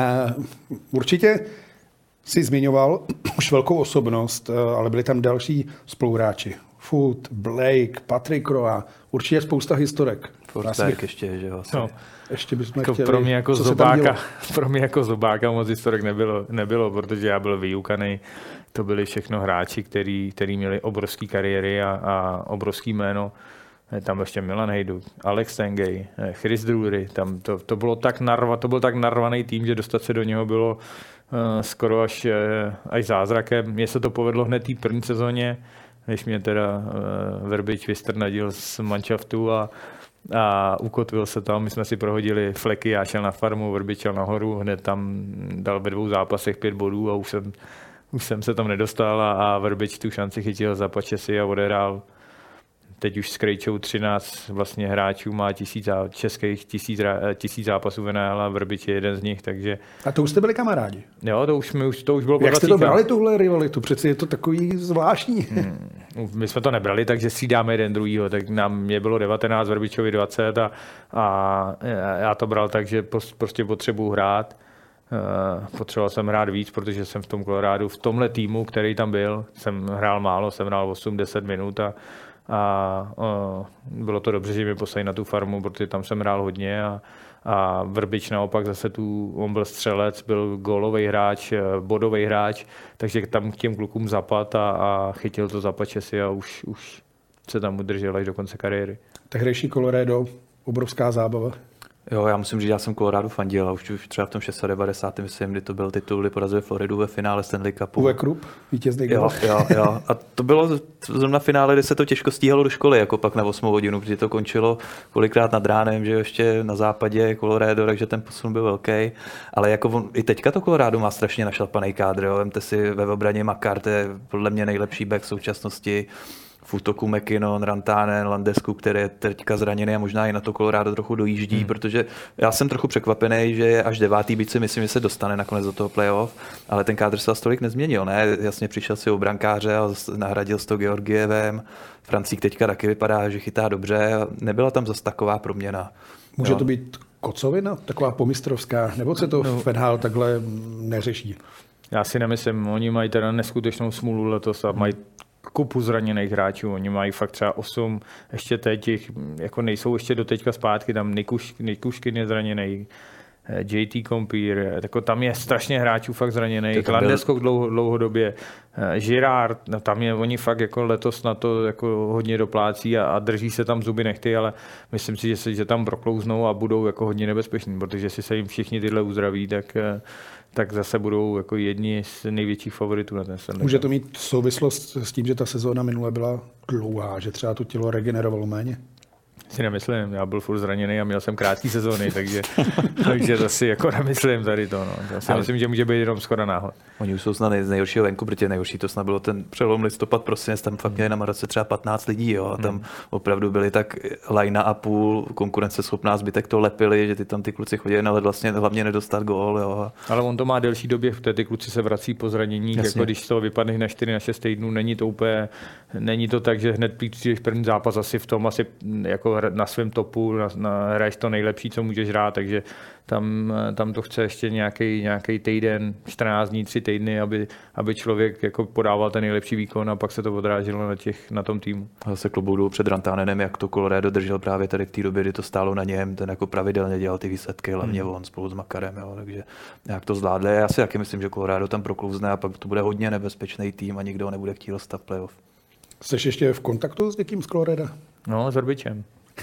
Speaker 1: Určitě jsi zmiňoval už velkou osobnost, ale byli tam další spoluhráči. Foot, Blake, Patrick Roy, určitě spousta historek.
Speaker 3: Forsberg ještě, že jo.
Speaker 2: No.
Speaker 1: Ještě bychom
Speaker 2: chtěli, pro mě jako zobáka moc historek nebylo, protože já byl vyukaný. To byli všechno hráči, který měli obrovský kariéry a obrovský jméno. Tam ještě Milan Hejduk, Alex Tengej, Chris Drury. Tam to byl tak narvaný tým, že dostat se do něho bylo skoro až zázrakem. Mně se to povedlo hned té první sezóně, než mě teda Verbič vystrnadil z manšaftu a ukotvil se tam. My jsme si prohodili fleky, já šel na farmu, Verbič šel nahoru, hned tam dal ve 2 zápasech 5 bodů a už jsem se tam nedostal a Verbič tu šanci chytil, zapače si a odehrál. Teď už s Krejčou 13 vlastně hráčů má 1000 zápasů v NHL a Verbič je jeden z nich, takže...
Speaker 1: A to už jste byli kamarádi?
Speaker 2: Jo, to už bylo po 20.
Speaker 1: Jak jste to brali, tuhle rivalitu? Přeci je to takový zvláštní.
Speaker 2: My jsme to nebrali, takže si dáme jeden druhýho, tak mě bylo 19, Verbičovi 20 a já to bral tak, že prostě potřebuji hrát. Potřeboval jsem hrát víc, protože jsem v tom Colorádu, v tomhle týmu, který tam byl, jsem hrál málo, jsem hrál 8-10 minut a bylo to dobře, že mi poslali na tu farmu, protože tam jsem hrál hodně a Verbič naopak zase on byl střelec, byl gólový hráč, bodový hráč, takže tam k těm klukům zapad a chytil to zapače si a už se tam udržel až do konce kariéry.
Speaker 1: Tehdejší Colorado, obrovská zábava.
Speaker 3: Jo, já musím říct, já jsem Colorado fandil a už třeba v tom 96. myslím, kdy to byl titul, kdy porazili Floridu ve finále Stanley Cupu.
Speaker 1: Uwe Krupp, vítězný gól.
Speaker 3: Jo. A to bylo zrovna finále, kdy se to těžko stíhalo do školy, jako pak na 8 hodinu, protože to končilo kolikrát nad ránem, že ještě na západě Colorado, takže ten posun byl velký. Ale jako i teďka to Colorado má strašně našlapaný kádr, jo. Vemte si ve obraně Makar, to je podle mě nejlepší back v současnosti. v útoku McKinnon, Rantanen, Landesku, který je teďka zraněný a možná i na to Colorado trochu dojíždí, protože já jsem trochu překvapený, že je až 9. byť si myslím, že se dostane nakonec do toho playoff, ale ten kádr se tolik nezměnil, ne? Jasně přišel si o brankáře a nahradil s to Georgievem. Francík teďka taky vypadá, že chytá dobře a nebyla tam zase taková proměna.
Speaker 1: Může to být kocovina, taková pomistrovská, nebo se to v NHL takhle neřeší?
Speaker 2: Já si nemyslím, oni mají teda neskutečnou smůlu letos a mají kupu zraněných hráčů, oni mají fakt třeba 8, ještě teď jich, jako nejsou ještě do teďka zpátky, tam Nikuškin je zraněný, JT Compere, jako tam je strašně hráčů fakt zraněných, Landeskog dlouhodobě, Girard, no tam je, oni fakt jako letos na to jako hodně doplácí a drží se tam zuby nechty, ale myslím si, že tam proklouznou a budou jako hodně nebezpeční, protože jestli se jim všichni tyhle uzdraví, tak zase budou jako jedni z největších favoritů na ten Stanley.
Speaker 1: Může to mít souvislost s tím, že ta sezóna minule byla dlouhá, že třeba to tělo regenerovalo méně?
Speaker 2: Si nemyslím, já byl furt zraněný a měl jsem krátký sezóny, takže zase jako nemyslím tady to. No. Já si myslím, že může být jenom skoro náhod.
Speaker 3: Oni už jsou snad z nejhoršího venku, protože nejhorší to snad bylo ten přelom listopad, prosinec, tam fakt měli na Maroce třeba 15 lidí, jo, a tam opravdu byli tak lajna a půl, konkurenceschopná, zbytek to lepili, že tam ty kluci chodili, ale vlastně hlavně nedostat gól. Jo.
Speaker 2: Ale on to má delší době, ty kluci se vrací po zranění, jako když z toho vypadne na 4 na 6 týdnů, není to tak, že hned přijdeš první zápas asi v tom, asi jako na svém topu, hraješ to nejlepší, co můžeš hrát, takže tam to chce ještě nějaký týden, 14 dní, 3 týdny, aby člověk jako podával ten nejlepší výkon a pak se to odráželo na tom týmu.
Speaker 3: A zase klobouk dolů před Rantanenem, jak to Colorado držel právě tady v té době, kdy to stálo na něm, ten jako pravidelně dělal ty výsledky, hlavně on spolu s Makarem, jo, takže jak to zvládli. Já si taky myslím, že Colorado tam proklouzne a pak to bude hodně nebezpečný tým a nikdo ho nebude chtít dostat playoff.
Speaker 1: Jsi ještě v kontaktu s někým z Colorado?
Speaker 2: No, s Rbičem.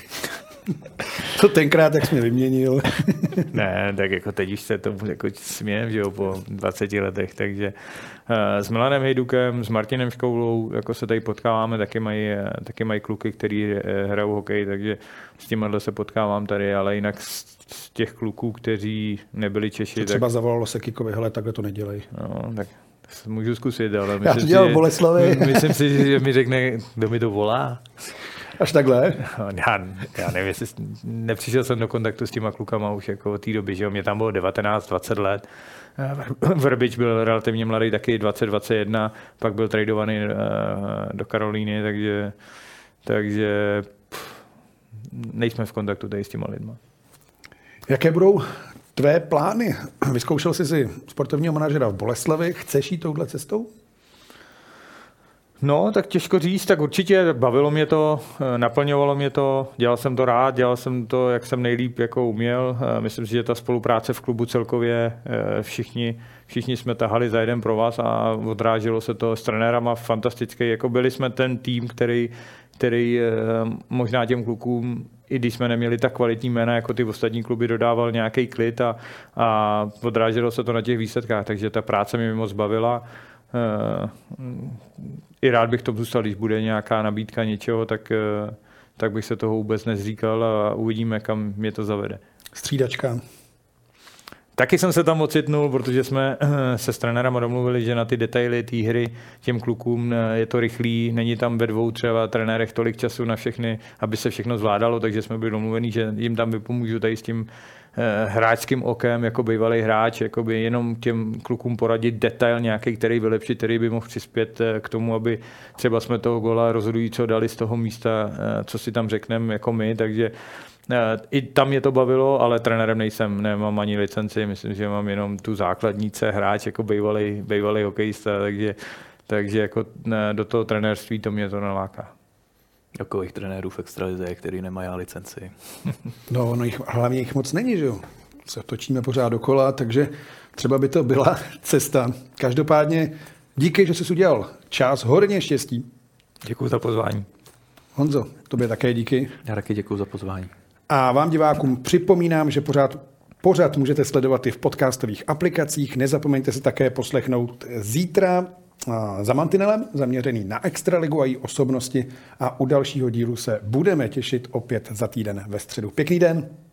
Speaker 1: To tenkrát, jak jsi mě vyměnil.
Speaker 2: Ne, tak jako teď už se tomu jako smějem, že jo, po 20 letech, takže s Milanem Hejdukem, s Martinem Škoulou, jako se tady potkáváme, taky mají kluky, který hrajou hokej, takže s tímhle se potkávám tady, ale jinak z těch kluků, kteří nebyli Češi.
Speaker 1: To třeba zavolalo se Kikovi, hele, takhle to nedělej.
Speaker 2: No, tak můžu zkusit, ale myslím si, že mi řekne, kdo mi to volá.
Speaker 1: Až takhle?
Speaker 2: Já nevím, jestli nepřišel jsem do kontaktu s těma klukama už jako od té doby, že jo, mě tam bylo 19-20 let. Vrbič byl relativně mladý, taky 20-21, pak byl tradovaný do Karolíny, takže nejsme v kontaktu tady s těma lidma.
Speaker 1: Jaké budou tvé plány? Vyzkoušel jsi si sportovního manažera v Boleslavi, chceš jít touhle cestou?
Speaker 2: No, tak těžko říct, tak určitě bavilo mě to, naplňovalo mě to, dělal jsem to rád, dělal jsem to, jak jsem nejlíp jako uměl. Myslím si, že ta spolupráce v klubu celkově, všichni jsme tahali za jeden pro vás a odráželo se to s trenérama fantasticky. Jako byli jsme ten tým, který možná těm klukům, i když jsme neměli tak kvalitní jména jako ty ostatní kluby, dodával nějaký klid a odráželo se to na těch výsledkách, takže ta práce mě moc bavila. I rád bych to zůstal, když bude nějaká nabídka něčeho, tak bych se toho vůbec nezříkal a uvidíme, kam mě to zavede.
Speaker 1: Střídačka.
Speaker 2: Taky jsem se tam ocitnul, protože jsme se s trenérem domluvili, že na ty detaily té hry těm klukům je to rychlý, není tam ve dvou třeba trenérech tolik času na všechny, aby se všechno zvládalo, takže jsme byli domluveni, že jim tam vypomůžu tady s tím hráčským okem, jako bývalý hráč, jakoby jenom těm klukům poradit detail nějaký, který vylepšit, který by mohl přispět k tomu, aby třeba jsme toho gola rozhodujícího dali z toho místa, co si tam řekneme jako my, takže i tam mě to bavilo, ale trenérem nejsem, nemám ani licenci, myslím, že mám jenom tu základní C hráč jako bývalý hokejista, takže jako do toho trenérství to mě to naláká.
Speaker 3: Takových trenérů v extralize, který nemají licenci.
Speaker 1: No, hlavně jich moc není, že jo? Se točíme pořád dokola, takže třeba by to byla cesta. Každopádně díky, že jsi udělal čas, hodně štěstí.
Speaker 2: Děkuji za pozvání.
Speaker 1: Honzo, tobě také díky.
Speaker 3: Já taky děkuji za pozvání.
Speaker 1: A vám divákům připomínám, že pořád můžete sledovat i v podcastových aplikacích. Nezapomeňte si také poslechnout zítra za mantinelem, zaměřený na extraligu a její osobnosti. A u dalšího dílu se budeme těšit opět za týden ve středu. Pěkný den.